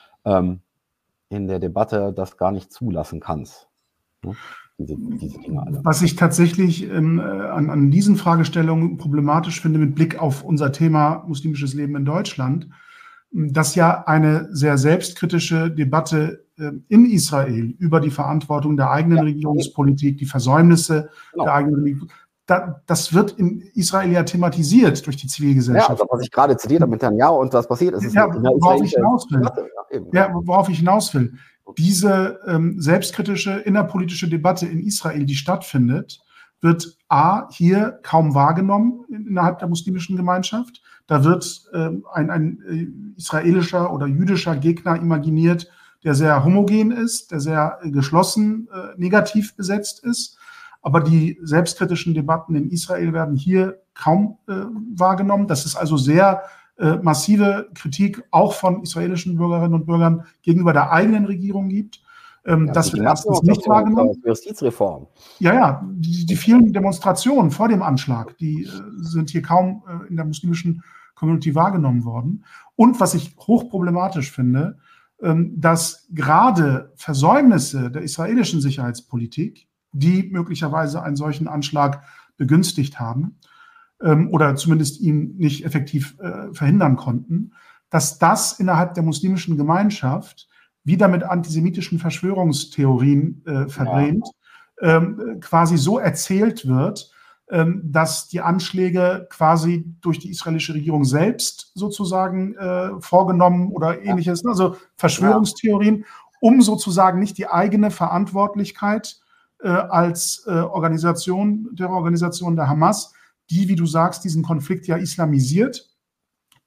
B: Debatte das gar nicht zulassen kannst. Ne? Diese Dinge alle.
A: Was ich tatsächlich an diesen Fragestellungen problematisch finde mit Blick auf unser Thema muslimisches Leben in Deutschland, dass ja eine sehr selbstkritische Debatte in Israel über die Verantwortung der eigenen Regierungspolitik, die Versäumnisse der eigenen Regierung, das wird in Israel ja thematisiert durch die Zivilgesellschaft.
B: Ja, also was ich gerade zitiert habe mit Netanyahu und was passiert ist,
A: worauf ich hinaus will. Diese selbstkritische innerpolitische Debatte in Israel, die stattfindet, wird hier kaum wahrgenommen innerhalb der muslimischen Gemeinschaft. Da wird ein israelischer oder jüdischer Gegner imaginiert, der sehr homogen ist, der sehr geschlossen, negativ besetzt ist. Aber die selbstkritischen Debatten in Israel werden hier kaum wahrgenommen. Das ist also sehr massive Kritik auch von israelischen Bürgerinnen und Bürgern gegenüber der eigenen Regierung gibt. Das wird erstens nicht wahrgenommen.
B: Justizreform.
A: Ja, die vielen Demonstrationen vor dem Anschlag, die sind hier kaum in der muslimischen Community wahrgenommen worden. Und was ich hochproblematisch finde, dass gerade Versäumnisse der israelischen Sicherheitspolitik, die möglicherweise einen solchen Anschlag begünstigt haben oder zumindest ihn nicht effektiv verhindern konnten, dass das innerhalb der muslimischen Gemeinschaft wieder mit antisemitischen Verschwörungstheorien verdreht, quasi so erzählt wird, dass die Anschläge quasi durch die israelische Regierung selbst sozusagen vorgenommen oder ähnliches, also Verschwörungstheorien, um sozusagen nicht die eigene Verantwortlichkeit als Terrororganisation der Hamas, die, wie du sagst, diesen Konflikt ja islamisiert,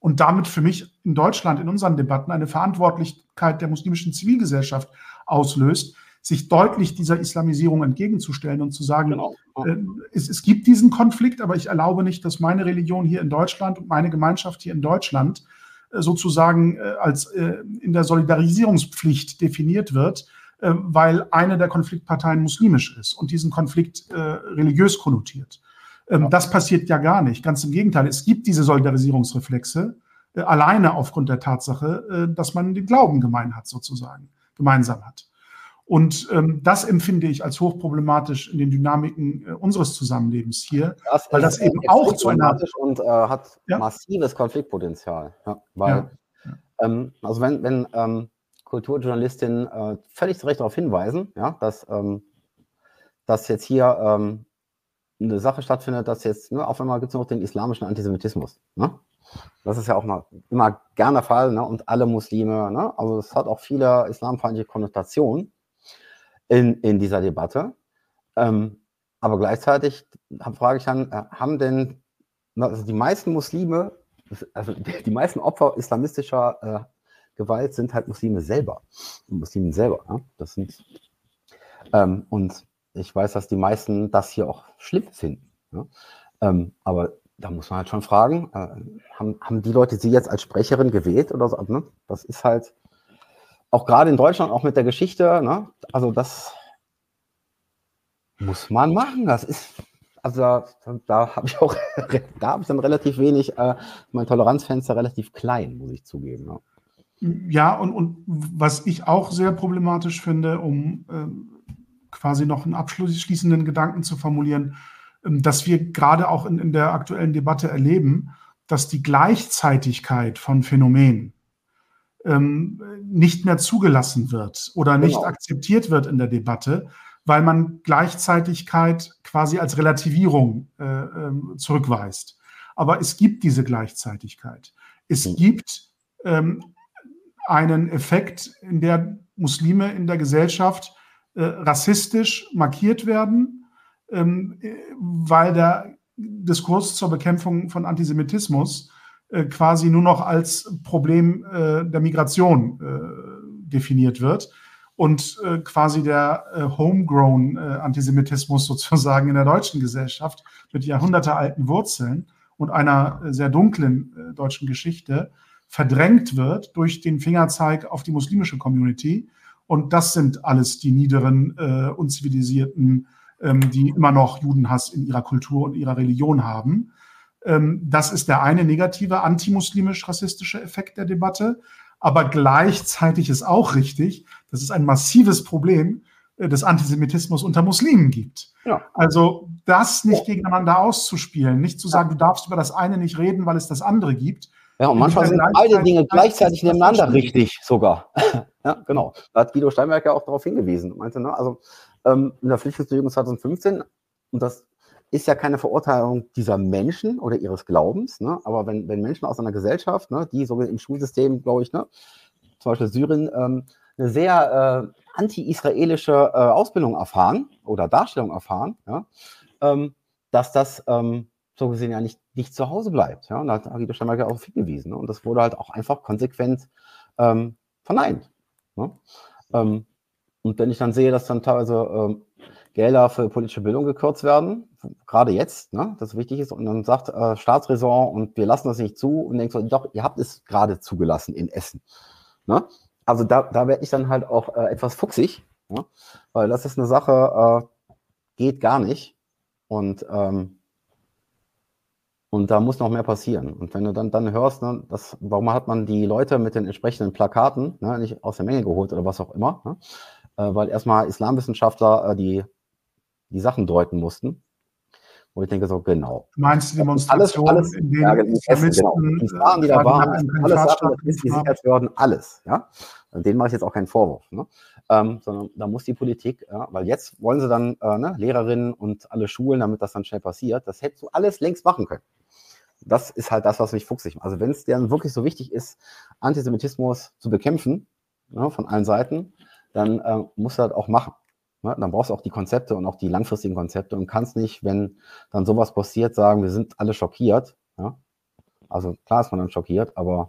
A: und damit für mich in Deutschland in unseren Debatten eine Verantwortlichkeit der muslimischen Zivilgesellschaft auslöst, sich deutlich dieser Islamisierung entgegenzustellen und zu sagen,
B: Genau.
A: es gibt diesen Konflikt, aber ich erlaube nicht, dass meine Religion hier in Deutschland und meine Gemeinschaft hier in Deutschland sozusagen als in der Solidarisierungspflicht definiert wird, weil eine der Konfliktparteien muslimisch ist und diesen Konflikt religiös konnotiert. Das passiert ja gar nicht. Ganz im Gegenteil, es gibt diese Solidarisierungsreflexe alleine aufgrund der Tatsache, dass man den Glauben gemeinsam hat. Und das empfinde ich als hochproblematisch in den Dynamiken unseres Zusammenlebens hier, weil das eben auch zu einer
B: und hat massives Konfliktpotenzial. Ja, weil, also wenn Kulturjournalistinnen völlig zu Recht darauf hinweisen, ja, dass jetzt hier eine Sache stattfindet, dass jetzt, auf einmal gibt es noch den islamischen Antisemitismus. Ne? Das ist ja auch immer gern der Fall, ne? Und alle Muslime, ne? Also es hat auch viele islamfeindliche Konnotationen in dieser Debatte. Aber gleichzeitig frage ich dann, haben denn also die meisten Muslime, also die meisten Opfer islamistischer Gewalt sind halt Muslime selber. Muslimen selber. Ja? Das sind, und ich weiß, dass die meisten das hier auch schlimm finden. Ja? Aber da muss man halt schon fragen, haben die Leute sie jetzt als Sprecherin gewählt oder so? Ne? Das ist halt auch gerade in Deutschland, auch mit der Geschichte, ne? Also das muss man machen. Das ist, also da habe ich auch, da habe ich dann relativ wenig, mein Toleranzfenster relativ klein, muss ich zugeben. Ja.
A: Ja, und was ich auch sehr problematisch finde, um quasi noch einen abschließenden Gedanken zu formulieren, dass wir gerade auch in der aktuellen Debatte erleben, dass die Gleichzeitigkeit von Phänomenen nicht mehr zugelassen wird oder nicht akzeptiert wird in der Debatte, weil man Gleichzeitigkeit quasi als Relativierung zurückweist. Aber es gibt diese Gleichzeitigkeit. Es gibt einen Effekt, in der Muslime in der Gesellschaft rassistisch markiert werden, weil der Diskurs zur Bekämpfung von Antisemitismus quasi nur noch als Problem der Migration definiert wird und quasi der homegrown Antisemitismus sozusagen in der deutschen Gesellschaft mit jahrhundertealten Wurzeln und einer sehr dunklen deutschen Geschichte verdrängt wird durch den Fingerzeig auf die muslimische Community. Und das sind alles die niederen, unzivilisierten, die immer noch Judenhass in ihrer Kultur und ihrer Religion haben. Das ist der eine negative antimuslimisch-rassistische Effekt der Debatte. Aber gleichzeitig ist auch richtig, dass es ein massives Problem des Antisemitismus unter Muslimen gibt. Ja. Also das nicht gegeneinander auszuspielen, nicht zu sagen, du darfst über das eine nicht reden, weil es das andere gibt.
B: Ja, und manchmal sind beide Dinge gleichzeitig nebeneinander richtig sogar. Ja, genau. Da hat Guido Steinberg ja auch darauf hingewiesen. Meinte, ne, also in der Pflichtschutz 2015, und das ist ja keine Verurteilung dieser Menschen oder ihres Glaubens, ne, aber wenn Menschen aus einer Gesellschaft, ne, die sogar im Schulsystem, glaube ich, ne, zum Beispiel Syrien, eine sehr anti-israelische Ausbildung erfahren oder Darstellung erfahren, ja, dass das so gesehen ja nicht zu Hause bleibt. Ja? Und da hat Guido Steinberg ja auch hingewiesen. Ne? Und das wurde halt auch einfach konsequent verneint. Ne? Und wenn ich dann sehe, dass dann teilweise Gelder für politische Bildung gekürzt werden, gerade jetzt, ne, das wichtig ist, und dann sagt Staatsräson und wir lassen das nicht zu und denkt so, doch, ihr habt es gerade zugelassen in Essen. Ne? Also da werde ich dann halt auch etwas fuchsig, ja? Weil das ist eine Sache, geht gar nicht. Und da muss noch mehr passieren. Und wenn du dann hörst, ne, warum hat man die Leute mit den entsprechenden Plakaten, ne, nicht aus der Menge geholt oder was auch immer, ne? Weil erstmal Islamwissenschaftler die Sachen deuten mussten. Wo ich denke so, genau.
A: Du meinst die Demonstrationen,
B: alles, in denen Islamisten, die Fragen, die da waren, alles Sachen, die gesichert werden, alles. Ja? Denen mache ich jetzt auch keinen Vorwurf. Ne? Sondern da muss die Politik, ja, weil jetzt wollen sie dann Lehrerinnen und alle Schulen, damit das dann schnell passiert, das hättest du alles längst machen können. Das ist halt das, was mich fuchsig macht. Also wenn es dir wirklich so wichtig ist, Antisemitismus zu bekämpfen, von allen Seiten, dann musst du das auch machen. Ne? Dann brauchst du auch die Konzepte und auch die langfristigen Konzepte und kannst nicht, wenn dann sowas passiert, sagen, wir sind alle schockiert. Ja? Also klar ist man dann schockiert, aber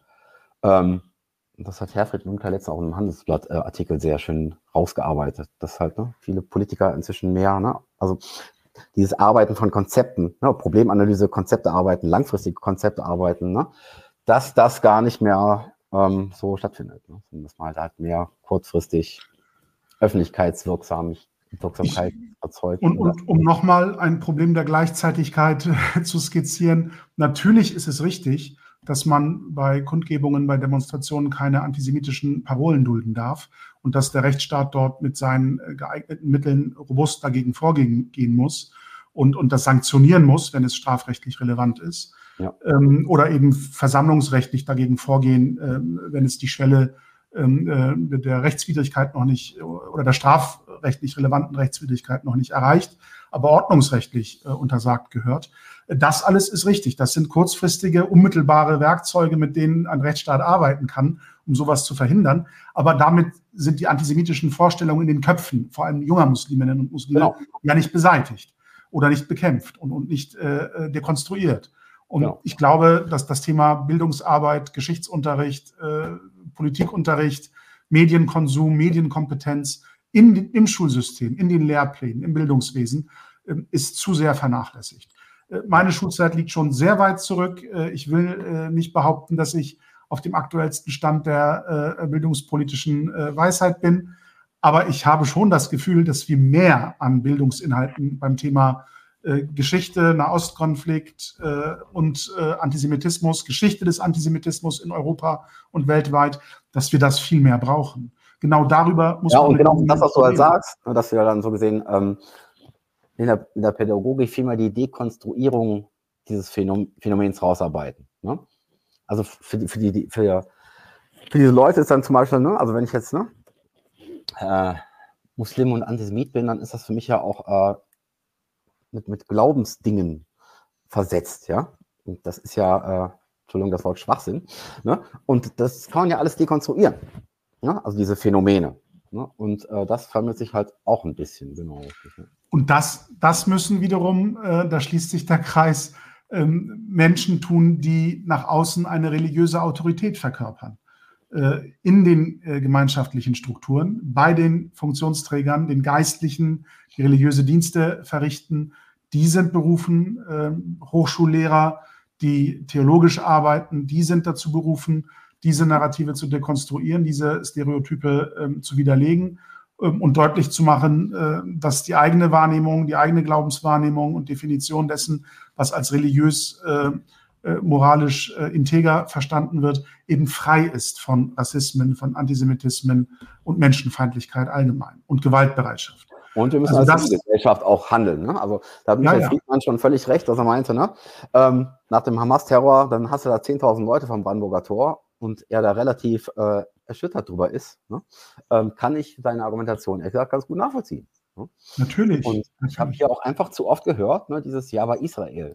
B: das hat Herfried Münkler letztens auch im Handelsblatt-Artikel sehr schön rausgearbeitet, dass halt viele Politiker inzwischen mehr, also dieses Arbeiten von Konzepten, Problemanalyse, Konzepte arbeiten, langfristige Konzepte arbeiten, dass das gar nicht mehr so stattfindet. Dass man halt mehr kurzfristig Öffentlichkeitswirksamkeit erzeugt.
A: Und um nochmal ein Problem der Gleichzeitigkeit zu skizzieren, natürlich ist es richtig, dass man bei Kundgebungen, bei Demonstrationen keine antisemitischen Parolen dulden darf und dass der Rechtsstaat dort mit seinen geeigneten Mitteln robust dagegen vorgehen muss und das sanktionieren muss, wenn es strafrechtlich relevant ist. Ja. Oder eben versammlungsrechtlich dagegen vorgehen, wenn es die Schwelle der Rechtswidrigkeit noch nicht oder der strafrechtlich relevanten Rechtswidrigkeit noch nicht erreicht, aber ordnungsrechtlich untersagt gehört. Das alles ist richtig. Das sind kurzfristige, unmittelbare Werkzeuge, mit denen ein Rechtsstaat arbeiten kann, um sowas zu verhindern. Aber damit sind die antisemitischen Vorstellungen in den Köpfen, vor allem junger Musliminnen und Muslime, ja nicht beseitigt oder nicht bekämpft und nicht dekonstruiert. Und ich glaube, dass das Thema Bildungsarbeit, Geschichtsunterricht, Politikunterricht, Medienkonsum, Medienkompetenz im Schulsystem, in den Lehrplänen, im Bildungswesen ist zu sehr vernachlässigt. Meine Schulzeit liegt schon sehr weit zurück. Ich will nicht behaupten, dass ich auf dem aktuellsten Stand der bildungspolitischen Weisheit bin, aber ich habe schon das Gefühl, dass wir mehr an Bildungsinhalten beim Thema Geschichte, Nahostkonflikt und Antisemitismus, Geschichte des Antisemitismus in Europa und weltweit, dass wir das viel mehr brauchen. Genau darüber muss man... Ja, und
B: genau das, was du halt sagst, dass wir dann so gesehen in der Pädagogik vielmehr die Dekonstruierung dieses Phänomens rausarbeiten. Ne? Also für diese Leute ist dann zum Beispiel, also wenn ich jetzt Muslim und Antisemit bin, dann ist das für mich ja auch mit Glaubensdingen versetzt, ja. Und das ist ja, Entschuldigung, das Wort Schwachsinn, Und das kann man ja alles dekonstruieren, also diese Phänomene. Und das vermittelt sich halt auch ein bisschen, genau.
A: Und das müssen wiederum, da schließt sich der Kreis, Menschen tun, die nach außen eine religiöse Autorität verkörpern. In den gemeinschaftlichen Strukturen, bei den Funktionsträgern, den Geistlichen, die religiöse Dienste verrichten, die sind berufen, Hochschullehrer, die theologisch arbeiten, die sind dazu berufen, diese Narrative zu dekonstruieren, diese Stereotype zu widerlegen und deutlich zu machen, dass die eigene Wahrnehmung, die eigene Glaubenswahrnehmung und Definition dessen, was als religiös moralisch integer verstanden wird, eben frei ist von Rassismen, von Antisemitismen und Menschenfeindlichkeit allgemein und Gewaltbereitschaft.
B: Und wir müssen als Gesellschaft auch handeln. Also da hat Michael Friedmann schon völlig recht, was er meinte. Nach dem Hamas-Terror, dann hast du da 10.000 Leute vom Brandenburger Tor und er da relativ erschüttert drüber ist, kann ich seine Argumentation ehrlich gesagt ganz gut nachvollziehen.
A: Natürlich.
B: Und ich habe hier auch einfach zu oft gehört, dieses Ja, aber Israel.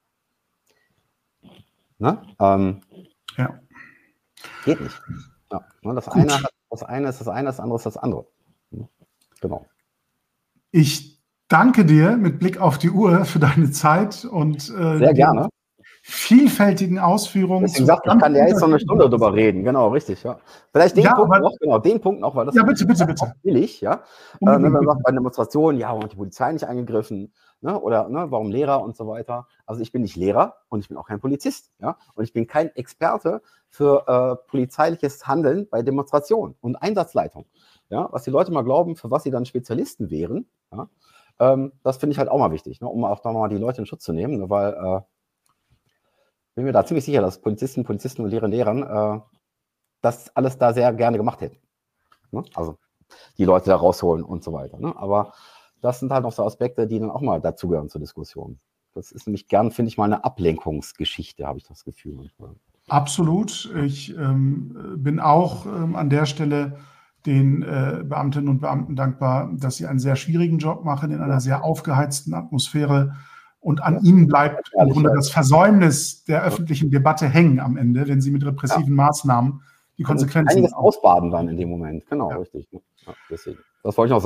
B: Geht nicht. Ja, das eine ist das eine, das andere ist das andere. Genau.
A: Ich danke dir mit Blick auf die Uhr für deine Zeit und
B: sehr gerne.
A: Vielfältigen Ausführungen.
B: Deswegen sagt, ich kann ja jetzt noch eine Stunde drüber reden. Genau, richtig. Ja. Vielleicht den Punkt noch, weil das
A: bitte.
B: Billig, ja. Wenn man sagt, bei Demonstrationen, warum hat die Polizei nicht eingegriffen? Oder warum Lehrer und so weiter. Also ich bin nicht Lehrer und ich bin auch kein Polizist. Ja? Und ich bin kein Experte für polizeiliches Handeln bei Demonstrationen und Einsatzleitung. Ja? Was die Leute mal glauben, für was sie dann Spezialisten wären, das finde ich halt auch mal wichtig, um auch da mal die Leute in Schutz zu nehmen, weil bin mir da ziemlich sicher, dass Polizisten und Lehrern das alles da sehr gerne gemacht hätten. Also die Leute da rausholen und so weiter. Aber das sind halt noch so Aspekte, die dann auch mal dazugehören zur Diskussion. Das ist nämlich finde ich mal eine Ablenkungsgeschichte, habe ich das Gefühl.
A: Absolut. Ich bin auch an der Stelle den Beamtinnen und Beamten dankbar, dass sie einen sehr schwierigen Job machen in einer sehr aufgeheizten Atmosphäre. Und an ihnen bleibt im Grunde das Versäumnis der öffentlichen Debatte hängen am Ende, wenn sie mit repressiven Maßnahmen die Konsequenzen...
B: Einiges ausbaden dann in dem Moment, genau, richtig. Ja, deswegen. Das wollte ich noch sagen.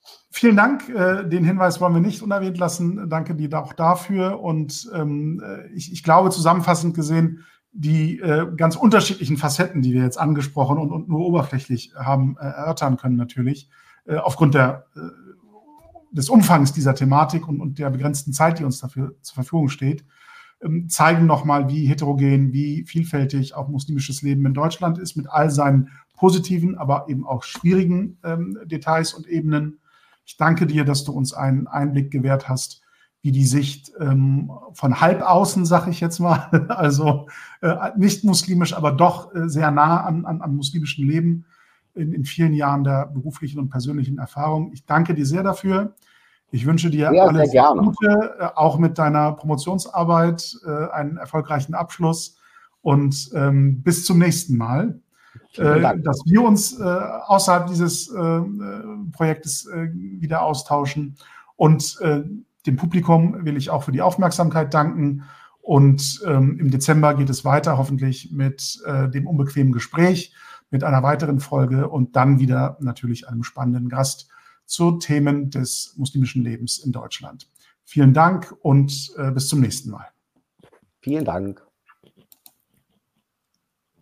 A: Vielen Dank. Den Hinweis wollen wir nicht unerwähnt lassen. Danke dir auch dafür. Und ich glaube, zusammenfassend gesehen, die ganz unterschiedlichen Facetten, die wir jetzt angesprochen und nur oberflächlich haben erörtern können, natürlich, aufgrund des Umfangs dieser Thematik und der begrenzten Zeit, die uns dafür zur Verfügung steht, zeigen nochmal, wie heterogen, wie vielfältig auch muslimisches Leben in Deutschland ist, mit all seinen positiven, aber eben auch schwierigen Details und Ebenen. Ich danke dir, dass du uns einen Einblick gewährt hast, wie die Sicht von halb außen, sag ich jetzt mal, also nicht muslimisch, aber doch sehr nah an muslimischem Leben in vielen Jahren der beruflichen und persönlichen Erfahrung. Ich danke dir sehr dafür. Ich wünsche dir alles Gute, auch mit deiner Promotionsarbeit, einen erfolgreichen Abschluss und bis zum nächsten Mal. Dass wir uns außerhalb dieses Projektes wieder austauschen. Und dem Publikum will ich auch für die Aufmerksamkeit danken. Und im Dezember geht es weiter, hoffentlich mit dem unbequemen Gespräch, mit einer weiteren Folge und dann wieder natürlich einem spannenden Gast zu Themen des muslimischen Lebens in Deutschland. Vielen Dank und bis zum nächsten Mal.
B: Vielen Dank.